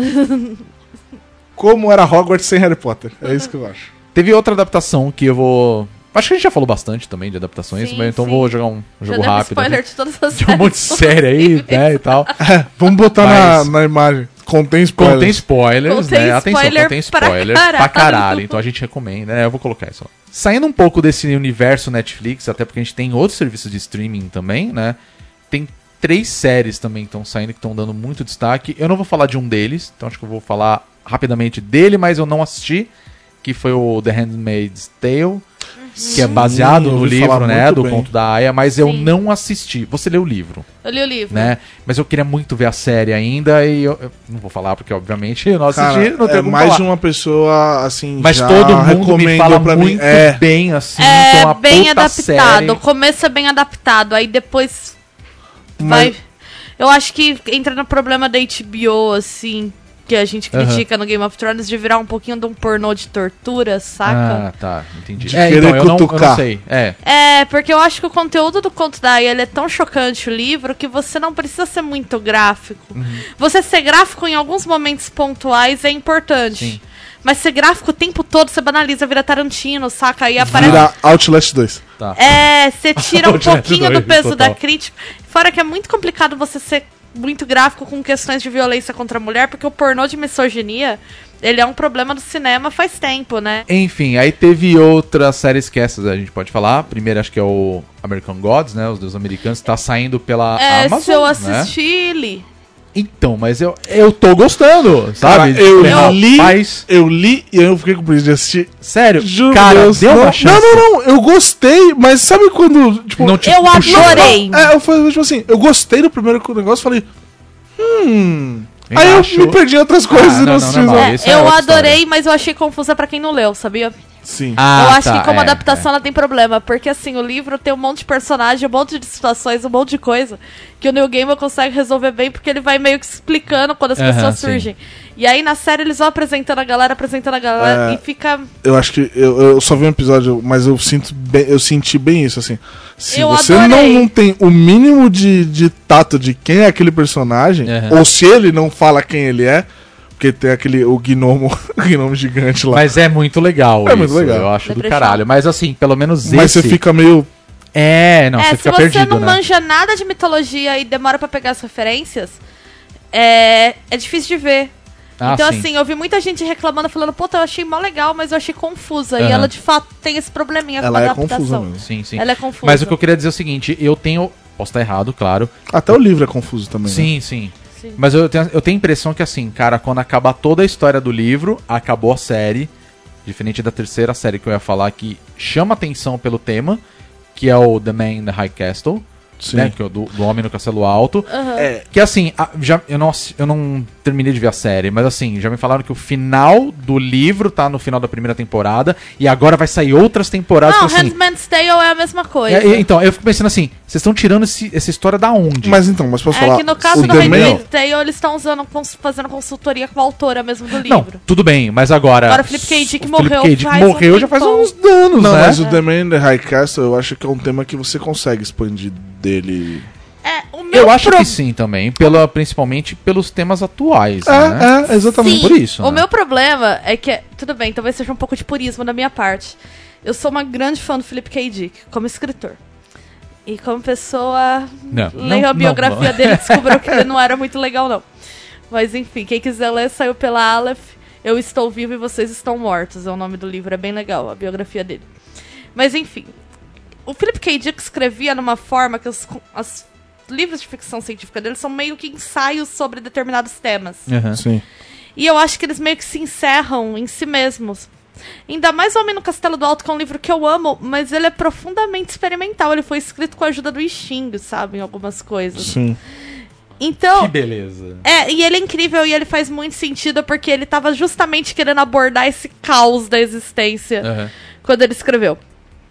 Como era Hogwarts sem Harry Potter. É isso que eu acho. Teve outra adaptação que eu vou... Acho que a gente já falou bastante também de adaptações, Sim, mas então sim. vou jogar um Já jogo deu rápido. spoiler de todas as Tem um monte de série aí, né, e tal. Vamos botar Mas- na imagem. Contém spoilers. Contém spoilers, Contém né? Atenção, spoiler contém pra spoiler caralho. pra caralho. Então a gente recomenda, né? Eu vou colocar isso. Saindo um pouco desse universo Netflix, até porque a gente tem outros serviços de streaming também, né? Tem 3 séries também que estão saindo, que estão dando muito destaque. Eu não vou falar de um deles, então acho que eu vou falar rapidamente dele, mas eu não assisti, que foi o The Handmaid's Tale, que é baseado no ouvi falar livro, né, muito do bem. conto da Aya, mas eu Sim. não assisti. Você leu o livro, Eu li o livro. né? Mas eu queria muito ver a série ainda e eu não vou falar porque, obviamente, eu não assisti, Cara, não tenho como mais falar. de uma pessoa, assim, Mas já todo mundo me recomendou fala pra muito mim. bem, assim, É então a bem puta adaptado. série. O começo é bem adaptado. Aí depois Mas- vai. Eu acho que entra no problema da HBO, assim, que a gente critica no Game of Thrones, de virar um pouquinho de um pornô de tortura, saca? Ah, tá, entendi. De É, querer então, eu não cutucar. sei. É. É, porque eu acho que o conteúdo do conto da Aya, ele é tão chocante, o livro, que você não precisa ser muito gráfico. Uhum. Você ser gráfico em alguns momentos pontuais é importante. Sim. Mas ser gráfico o tempo todo, você banaliza, vira Tarantino, saca? Aí aparece... Vira Outlast 2. Tá. É, você tira um Outlet pouquinho do 2, peso total. da crítica. Fora que é muito complicado você ser muito gráfico com questões de violência contra a mulher, porque o pornô de misoginia, ele é um problema do cinema faz tempo, né? Enfim, aí teve outras séries que essas a gente pode falar. Primeiro acho que é o American Gods, né? Os Deuses Americanos, tá saindo pela Amazon, Se eu né? assisti, li. Então, mas eu tô gostando, sabe? Cara, eu li, Rapaz, eu li e eu fiquei com preguiça de assistir. sério, Juro, cara, Deus, deu não, uma chance. Não, eu gostei, mas sabe quando, tipo... Não te Eu puxou? adorei. eu falei, tipo assim, eu gostei do primeiro negócio, falei, Eu aí acho- eu me perdi em outras coisas e não, não não, assisti. normal. sabe? Isso é Eu outra adorei, história. mas eu achei confusa pra quem não leu, sabia? Sim. Ah, eu acho tá, que como é, adaptação ela tem problema, porque assim, o livro tem um monte de personagem, um monte de situações, um monte de coisa, que o Neil Gaiman consegue resolver bem, porque ele vai meio que explicando quando as Aham, pessoas sim. surgem. E aí na série eles vão apresentando a galera, É. e fica... Eu acho que eu só vi um episódio, mas eu senti bem isso, assim. Se Eu você adorei. não tem o mínimo de tato de quem é aquele personagem, Aham. ou se ele não fala quem ele é, porque tem o gnomo, o gnomo gigante lá. Mas é muito legal É isso, muito legal. eu acho do Depressão. caralho. Mas assim, pelo menos Mas esse... você fica meio... Não, você se fica você perdido, não né? manja nada de mitologia e demora pra pegar as referências, é difícil de ver. Ah, então, sim. assim, eu vi muita gente reclamando, falando, puta, eu achei mó legal, mas eu achei confusa. E Aham. ela, de fato, tem esse probleminha Ela com a é adaptação. confusa mesmo. Sim, sim. Ela é confusa. Mas o que eu queria dizer é o seguinte, eu tenho... Posso estar errado, claro. Até o livro é confuso também, né? Sim, sim. Sim. Mas eu tenho a impressão que, assim, cara, quando acabar toda a história do livro, acabou a série, diferente da terceira série que eu ia falar, que chama atenção pelo tema, que é o The Man in the High Castle, Sim. né, que é o do Homem no Castelo Alto. É, Que, assim, eu não terminei de ver a série, mas, assim, já me falaram que o final do livro tá no final da primeira temporada, e agora vai sair outras temporadas, Não, que, assim... Handmaid's Tale é a mesma coisa. Então, eu fico pensando assim, vocês estão tirando essa história da onde? mas posso falar? É que no caso o do The Man- Handmaid's Tale, eles estão fazendo consultoria com a autora mesmo do livro. Não, tudo bem, mas agora... Agora o Philip K. Dick o morreu Philip K. Dick faz um morreu já faz tempão. uns anos, Não, né? mas o The Man in the High Castle, eu acho que é um tema que você consegue expandir dele. O meu Eu acho pro- que sim também, principalmente pelos temas atuais, né? Exatamente. Sim, por isso, o né? meu problema é que, tudo bem, talvez seja um pouco de purismo da minha parte. Eu sou uma grande fã do Philip K. Dick, como escritor. E como pessoa, leio a biografia dele e descobriu que ele não era muito legal, não. Mas enfim, quem quiser ler, saiu pela Aleph. Eu Estou Vivo e Vocês Estão Mortos, é o nome do livro, é bem legal, a biografia dele. Mas enfim, o Philip K. Dick escrevia numa forma que os livros de ficção científica dele são meio que ensaios sobre determinados temas. Uhum. Sim. E eu acho que eles meio que se encerram em si mesmos. Ainda mais O Homem no Castelo do Alto, que é um livro que eu amo, mas ele é profundamente experimental. Ele foi escrito com a ajuda do I Ching, sabe? Em algumas coisas. Sim. Então... Que beleza. E ele é incrível e ele faz muito sentido porque ele tava justamente querendo abordar esse caos da existência Uhum. quando ele escreveu.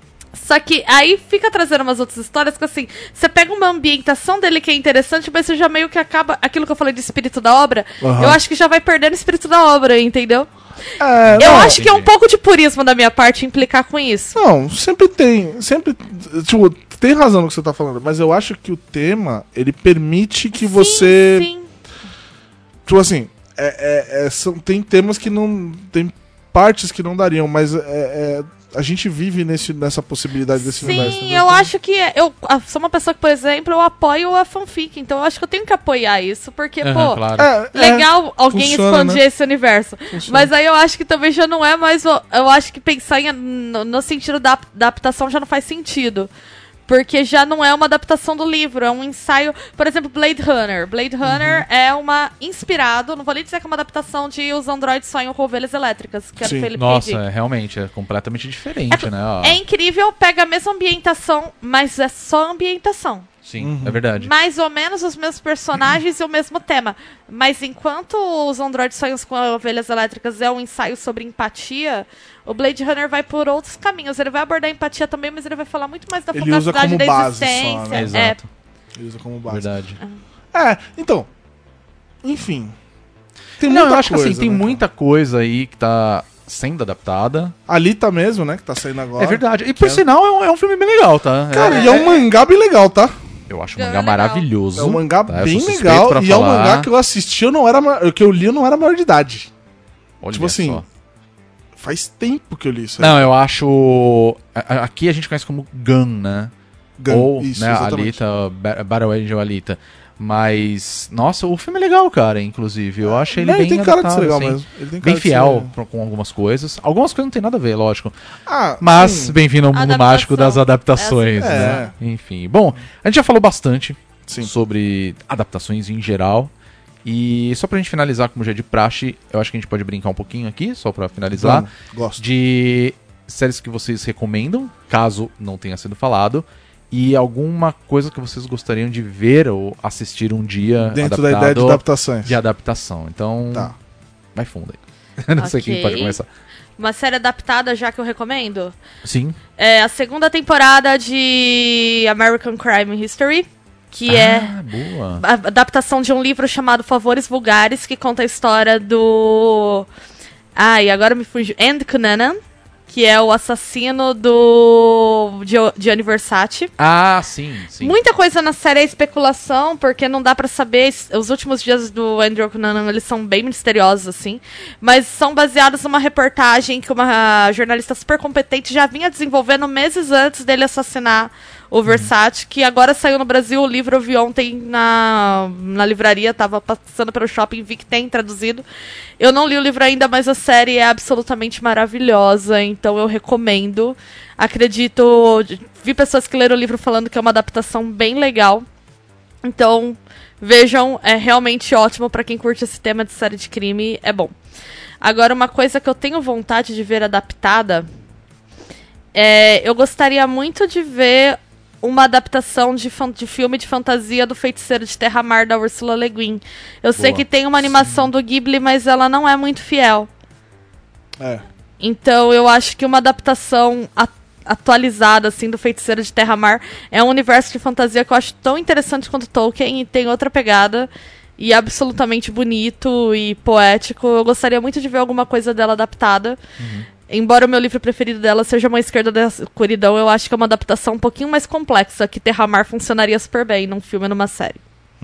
Só que aí fica trazendo umas outras histórias que, assim, você pega uma ambientação dele que é interessante, mas você já meio que acaba... Aquilo que eu falei de espírito da obra, Uhum. eu acho que já vai perdendo o espírito da obra, entendeu? Eu Eu acho que é um pouco de purismo da minha parte implicar com isso. Não, sempre tem. Tipo, tem razão no que você tá falando, mas eu acho que o tema, ele permite que você. Sim. Tipo assim, tem temas que não. Tem partes que não dariam, mas a gente vive nessa possibilidade desse universo. Sim, eu acho que eu sou uma pessoa que, por exemplo, eu apoio a fanfic, então eu acho que eu tenho que apoiar isso, porque, pô, claro. legal alguém funciona, expandir né? esse universo. Mas aí eu acho que também já não é mais, eu acho que pensar no sentido da adaptação já não faz sentido. Porque já não é uma adaptação do livro, é um ensaio. Por exemplo, Blade Runner. Blade Runner é inspirado, não vou nem dizer que é uma adaptação de Os Androides Sonham com Ovelhas Elétricas, que era o Philip K. Dick. Nossa, realmente, é completamente diferente, né? Ó. É incrível, pega a mesma ambientação, mas é só ambientação. Sim, é verdade. Mais ou menos os mesmos personagens e o mesmo tema. Mas enquanto Os Androides Sonham com Ovelhas Elétricas é um ensaio sobre empatia, o Blade Runner vai por outros caminhos. Ele vai abordar a empatia também, mas ele vai falar muito mais da fugacidade da existência. Só, né? Exato. Ele usa como base. Verdade. Então, enfim. Tem Não, muita eu acho coisa, que assim, tem né, muita coisa aí que tá sendo adaptada. Alita mesmo, né, que tá saindo agora. É verdade. E por sinal, é um filme bem legal, tá? Cara, e é um mangá bem legal, tá? Eu acho um É mangá legal. maravilhoso. É um mangá tá? Eu bem sou suspeito legal. pra E é um falar. mangá que eu assisti, que eu li, eu não era maior de idade. Olha tipo assim, só. Faz tempo que eu li isso aí. Não, eu acho... Aqui a gente conhece como Gun, né? Gun, Ou, isso, né, exatamente. Alita, Battle Angel Alita. Mas, nossa, o filme é legal, cara, inclusive. Eu achei ele Não, bem tem cara de adaptado, ser legal assim. mesmo. Ele tem cara Bem de fiel ser- com algumas coisas. Algumas coisas não tem nada a ver, lógico. Mas, Mas, bem-vindo ao mundo Adaptação. mágico das adaptações, É. né? Enfim. Bom, a gente já falou bastante Sim. sobre adaptações em geral. E só pra gente finalizar, como já é de praxe, eu acho que a gente pode brincar um pouquinho aqui, só pra finalizar. Vamos, gosto. De séries que vocês recomendam, caso não tenha sido falado. E alguma coisa que vocês gostariam de ver ou assistir um dia Dentro da ideia de adaptações. de adaptação. Então, Tá. vai fundo aí. Eu não sei quem Ok. pode começar. Uma série adaptada, já que eu recomendo, Sim. é a segunda temporada de American Crime History, que Boa. a adaptação de um livro chamado Favores Vulgares, que conta a história do... e agora me fugiu. Andy Cunanan, que é o assassino do Gianni Versace. Sim, sim. Muita coisa na série é especulação, porque não dá pra saber. Os últimos dias do Andrew Cunanan, eles são bem misteriosos, assim. Mas são baseados numa reportagem que uma jornalista super competente já vinha desenvolvendo meses antes dele assassinar o Versace, que agora saiu no Brasil. O livro eu vi ontem na livraria, tava passando pelo shopping, vi que tem traduzido. Eu não li o livro ainda, mas a série é absolutamente maravilhosa, então eu recomendo. Acredito, vi pessoas que leram o livro falando que é uma adaptação bem legal. Então, vejam, é realmente ótimo pra quem curte esse tema de série de crime, é bom. Agora, uma coisa que eu tenho vontade de ver adaptada, eu gostaria muito de ver uma adaptação de filme de fantasia do Feiticeiro de Terra-Mar, da Ursula Le Guin. Eu sei que tem uma animação do Ghibli, mas ela não é muito fiel. Então eu acho que uma adaptação atualizada assim do Feiticeiro de Terra-Mar é um universo de fantasia que eu acho tão interessante quanto Tolkien e tem outra pegada e absolutamente bonito e poético. Eu gostaria muito de ver alguma coisa dela adaptada. Embora o meu livro preferido dela seja Uma Esquerda da Escuridão, eu acho que é uma adaptação um pouquinho mais complexa, que Terra-Mar funcionaria super bem num filme ou numa série.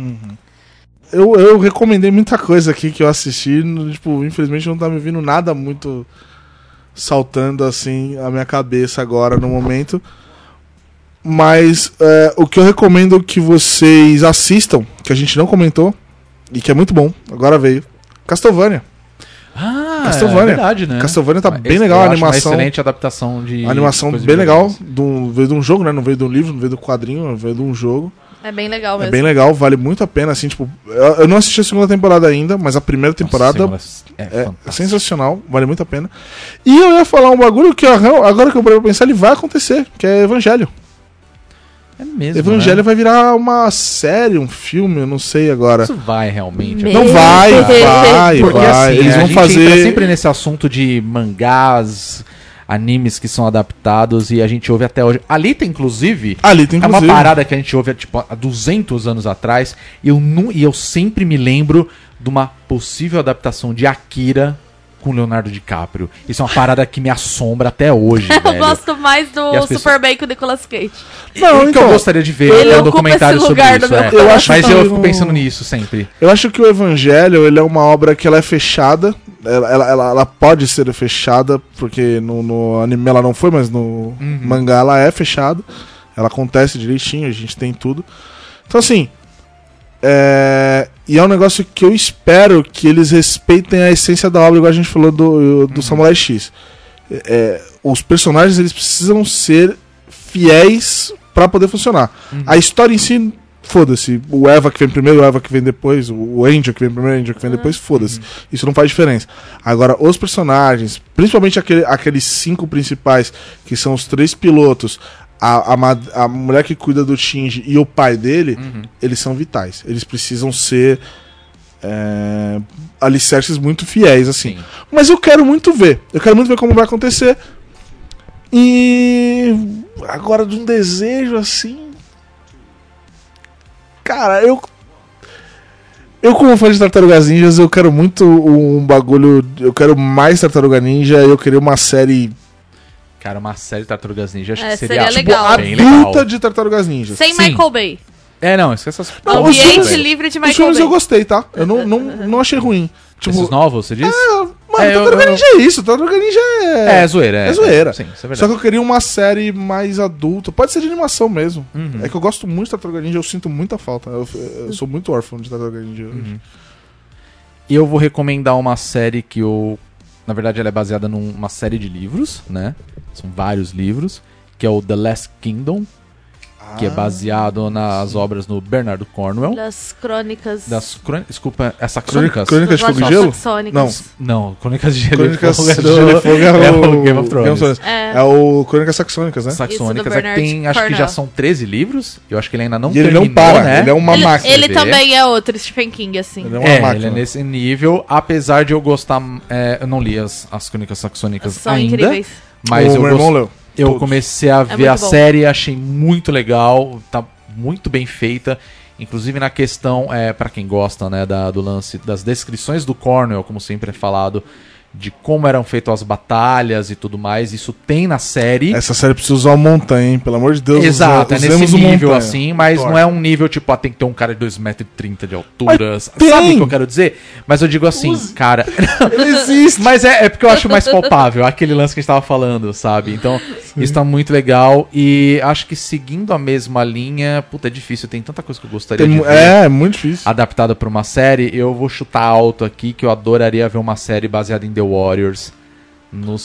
Eu recomendei muita coisa aqui que eu assisti, tipo, infelizmente não tá me vindo nada muito saltando assim a minha cabeça agora no momento. Mas o que eu recomendo que vocês assistam, que a gente não comentou, e que é muito bom, agora veio, Castlevania. Castlevania. É verdade, né? Castlevania tá bem Esse legal, eu a acho animação. Uma excelente adaptação de... A animação coisa de bem legal, videogames. veio de um jogo, né? Não veio do livro, não veio do quadrinho, veio de um jogo. É bem legal É mesmo. bem legal, vale muito a pena, assim, tipo... Eu não assisti a segunda temporada ainda, mas a primeira temporada Nossa, é fantástica. sensacional, vale muito a pena. E eu ia falar um bagulho que agora que eu parei pra pensar, ele vai acontecer, que é Evangelho. É mesmo, Evangelho né? vai virar uma série, um filme, eu não sei agora. Isso vai realmente. Meu Não vai, Porque vai. assim, Eles a vão gente entra fazer... sempre nesse assunto de mangás, animes que são adaptados e a gente ouve até hoje. Alita, inclusive, Alita, é uma inclusive. parada que a gente ouve tipo, há 200 anos atrás e eu sempre me lembro de uma possível adaptação de Akira com o Leonardo DiCaprio. Isso é uma parada que me assombra até hoje, Eu velho. gosto mais do E as pessoas- Superman com o Nicolas Cage. Não, que então, eu gostaria de ver ele é um ocupa documentário esse sobre lugar isso. no meu É. coração. Mas eu fico que pensando nisso sempre. Eu acho que o Evangelho, ele é uma obra que ela é fechada. Ela pode ser fechada, porque no anime ela não foi, mas no mangá ela é fechada. Ela acontece direitinho, a gente tem tudo. Então, assim... E é um negócio que eu espero que eles respeitem a essência da obra, igual a gente falou do Samurai X. Os personagens, eles precisam ser fiéis pra poder funcionar. A história em si, foda-se. O Eva que vem primeiro, o Eva que vem depois, o Angel que vem primeiro, o Angel que vem depois, foda-se. Isso não faz diferença. Agora, os personagens, principalmente aqueles 5 principais, que são os 3 pilotos, a mulher que cuida do Shinji e o pai dele, eles são vitais. Eles precisam ser alicerces muito fiéis, assim. Sim. Mas eu quero muito ver. Eu quero muito ver como vai acontecer. E agora de um desejo assim... Cara, eu como fã de Tartarugas Ninjas, eu quero muito um bagulho... Eu quero mais Tartaruga Ninja, eu queria uma série... Cara, uma série de Tartarugas Ninja, acho É, que seria seria legal. bem adulta legal. de Tartarugas Ninjas. Sem Sim. Michael Bay. Não, esquece essas... Não, os Ambiente filmes- livre de Os Michael filmes Bay. eu gostei, tá? Eu não achei ruim. Tipo, Esses novos, você disse? mano, É, Tartaruga Ninja é isso. Tartaruga Ninja É zoeira. É zoeira. Sim, isso é Só que verdade. eu queria uma série mais adulta. Pode ser de animação mesmo. É que eu gosto muito de Tartaruga Ninja, eu sinto muita falta. Eu sou muito órfão de Tartaruga Ninja. E eu vou recomendar uma série que eu... Na verdade, ela é baseada numa série de livros, né? São vários livros. Que é o The Last Kingdom. Que é baseado nas obras do Bernardo Cornwell. Das crônicas. Desculpa, é Saxônicas? Crônicas de das Fogo e Gelo? saxônicas. Não, Crônicas de Gelo Crônicas e de Fogo Gelo e Fogo é o Game of Thrones. É. É o Crônicas Saxônicas, né? Saxônicas. Isso, do É que tem, Bernard acho que já Cornwell. são 13 livros. Eu acho que ele ainda não E ele terminou, não para, né? ele é uma Ele, máquina. ele Vê. também é outro Stephen King, assim. Ele é uma máquina. Ele é nesse nível. Apesar de eu gostar... eu não li as Crônicas Saxônicas São ainda. incríveis. Mas O meu irmão leu. eu Todos. comecei a ver muito a bom. série, achei muito legal, tá muito bem feita, inclusive na questão, pra quem gosta, né, do lance das descrições do Cornwell, como sempre é falado, de como eram feitas as batalhas e tudo mais, isso tem na série. Essa série precisa usar o Montanha, hein? Pelo amor de Deus. Exato, é usemos nesse o nível Montanha. assim, mas Thor. não é um nível tipo, tem que ter um cara de 2,30 m de altura. Mas Sabe tem! o que eu quero dizer? Mas eu digo assim, cara. Ele existe. Mas é porque eu acho mais palpável, aquele lance que a gente tava falando, sabe? Então, isso tá muito legal. E acho que seguindo a mesma linha, puta, é difícil, tem tanta coisa que eu gostaria de ver. É muito difícil. Adaptada pra uma série, eu vou chutar alto aqui que eu adoraria ver uma série baseada em The Warriors. No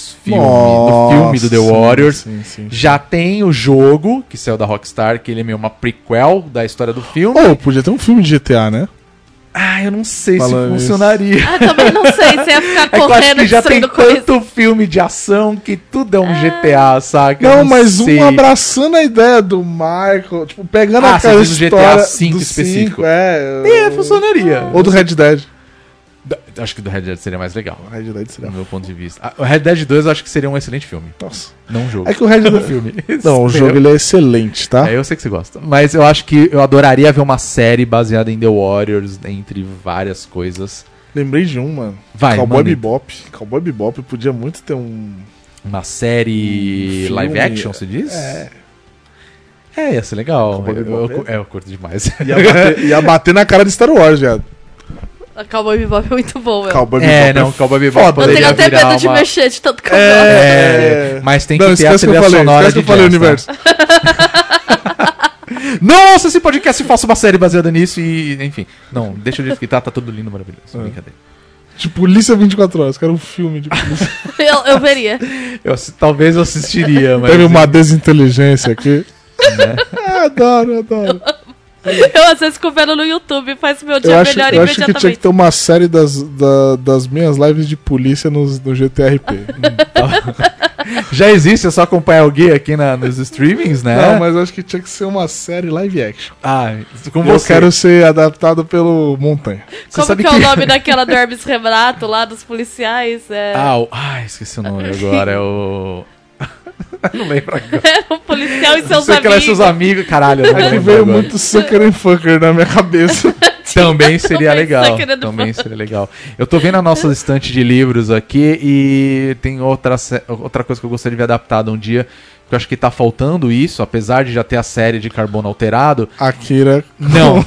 filme do The Warriors. Sim. Já tem o jogo, que saiu da Rockstar, que ele é meio uma prequel da história do filme. Ou podia ter um filme de GTA, né? Eu não sei Falando se funcionaria. Ah, também não sei, você ia ficar É que eu acho correndo que já tem destruindo coisa. tanto filme de ação que tudo é um GTA, saca? Eu Não, mas sei. um abraçando a ideia do Michael, tipo, pegando Ah, aquela você diz no história GTA V do específico. 5, funcionaria. Ou do Red Dead. Acho que do Red Dead seria mais legal, O Red Dead seria... do meu ponto de vista. O Red Dead 2 eu acho que seria um excelente filme. Nossa. Não um jogo. É que o Red Dead... filme. Não, o jogo ele é excelente, tá? Eu sei que você gosta. Mas eu acho que eu adoraria ver uma série baseada em The Warriors, entre várias coisas. Lembrei de um, mano. Vai, Cowboy manda aí. Bebop. Cowboy Bebop podia muito ter um... Uma série filme, live action, você diz? Ia ser legal. Cowboy Bebop Eu curto demais. Ia bater na cara de Star Wars, viado. A Cowboy Bebop é muito bom, meu. Cowboy Bebop. não, Cowboy Bebop foda. Eu poderia tenho até virar medo de uma... mexer de tanto que eu gosto. Mas tem que Não, ter a esquece que eu trilha falei. sonora Esquece que de eu falei, jazz, tá? universo. Não ouça esse podcast e faça uma série baseada nisso e... Enfim. Não, deixa o jeito que tá tudo lindo, maravilhoso. Brincadeira. De Polícia 24 Horas. Quero um filme de polícia. Eu veria. Talvez eu assistiria, mas... Teve uma desinteligência aqui. Né? Adoro. Eu às vezes fico vendo no YouTube, faz meu dia Eu acho melhor que tinha que imediatamente. ter uma série das minhas lives de polícia no GTRP. Já existe, é só acompanhar o Gui aqui nos streamings, né? Não, mas eu acho que tinha que ser uma série live action. Como Eu você. quero ser adaptado pelo Montanha. Você Como sabe que é o nome daquela do Hermes Renato lá, dos policiais? Esqueci o nome agora, é o... Não lembro agora. Era um policial e seus Você que era amigos. seus amigos, caralho. Eu não É que lembro veio agora. muito Sucker and Fucker na minha cabeça. Também seria legal. Você tá querendo Também seria legal. Eu tô vendo a nossa estante de livros aqui e tem outra coisa que eu gostaria de ver adaptada um dia. Que eu acho que tá faltando isso, apesar de já ter a série de Carbono Alterado. Akira. Não.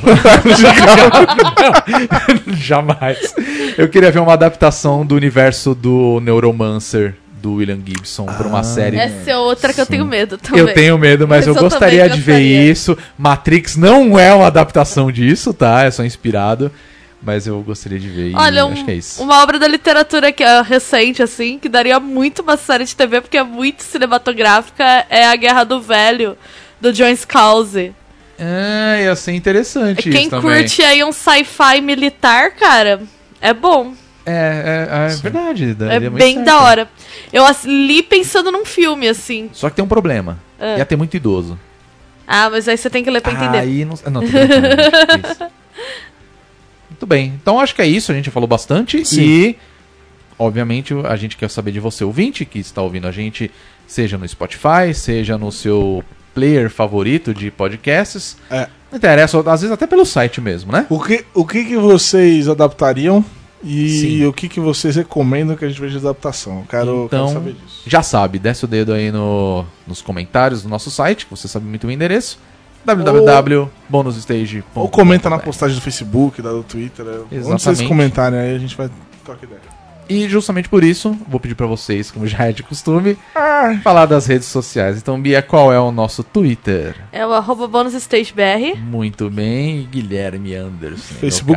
Jamais. Eu queria ver uma adaptação do universo do Neuromancer do William Gibson pra uma série. Essa é outra que eu tenho medo também. Eu tenho medo, mas eu gostaria de ver isso. Matrix não é uma adaptação disso, tá? É só inspirado. Mas eu gostaria de ver. Olha, acho que é isso. Uma obra da literatura que é recente, assim, que daria muito uma série de TV, porque é muito cinematográfica, é A Guerra do Velho, do John Scalzi. Ia ser interessante Quem isso também. curte aí um sci-fi militar, cara, é bom. É verdade. É bem da hora. Eu li pensando num filme, assim. Só que tem um problema. Ia ter muito idoso. Ah, mas aí você tem que ler pra entender. Aí não tô brincando, isso. Muito bem. Então acho que é isso. A gente falou bastante. Sim. E, obviamente, a gente quer saber de você, ouvinte, que está ouvindo a gente, seja no Spotify, seja no seu player favorito de podcasts. Não interessa, às vezes até pelo site mesmo, né? O que vocês adaptariam e Sim. o que vocês recomendam que a gente veja de adaptação? Eu quero saber disso. Já sabe, desce o dedo aí nos comentários do nosso site, que você sabe muito o endereço. www.bonusstage.com. Ou comenta na postagem do Facebook, do Twitter. Exatamente. Onde vocês comentarem aí, a gente vai trocar ideia. E justamente por isso, vou pedir pra vocês, como já é de costume, falar das redes sociais. Então, Bia, qual é o nosso Twitter? É o @bonusstagebr. Muito bem, Guilherme Anderson.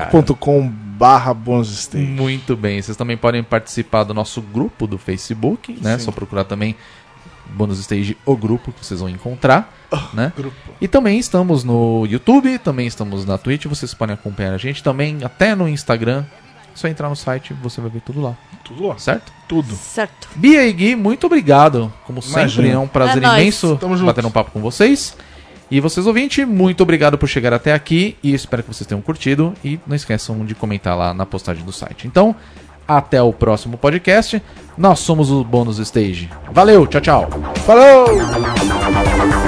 facebook.com/bonusstage. Muito bem, vocês também podem participar do nosso grupo do Facebook, né? Sim. Só procurar também Bonus Stage, o grupo, que vocês vão encontrar, né? Grupo. E também estamos no YouTube, também estamos na Twitch, vocês podem acompanhar a gente também, até no Instagram. É só entrar no site, você vai ver tudo lá. Tudo lá. Certo? Tudo. Certo. Bia e Gui, muito obrigado. Como sempre, Imagina. é um prazer É nóis. imenso Tamo junto. bater um papo com vocês. E vocês, ouvintes, muito obrigado por chegar até aqui e espero que vocês tenham curtido. E não esqueçam de comentar lá na postagem do site. Então, até o próximo podcast. Nós somos o Bônus Stage. Valeu, tchau, tchau. Falou!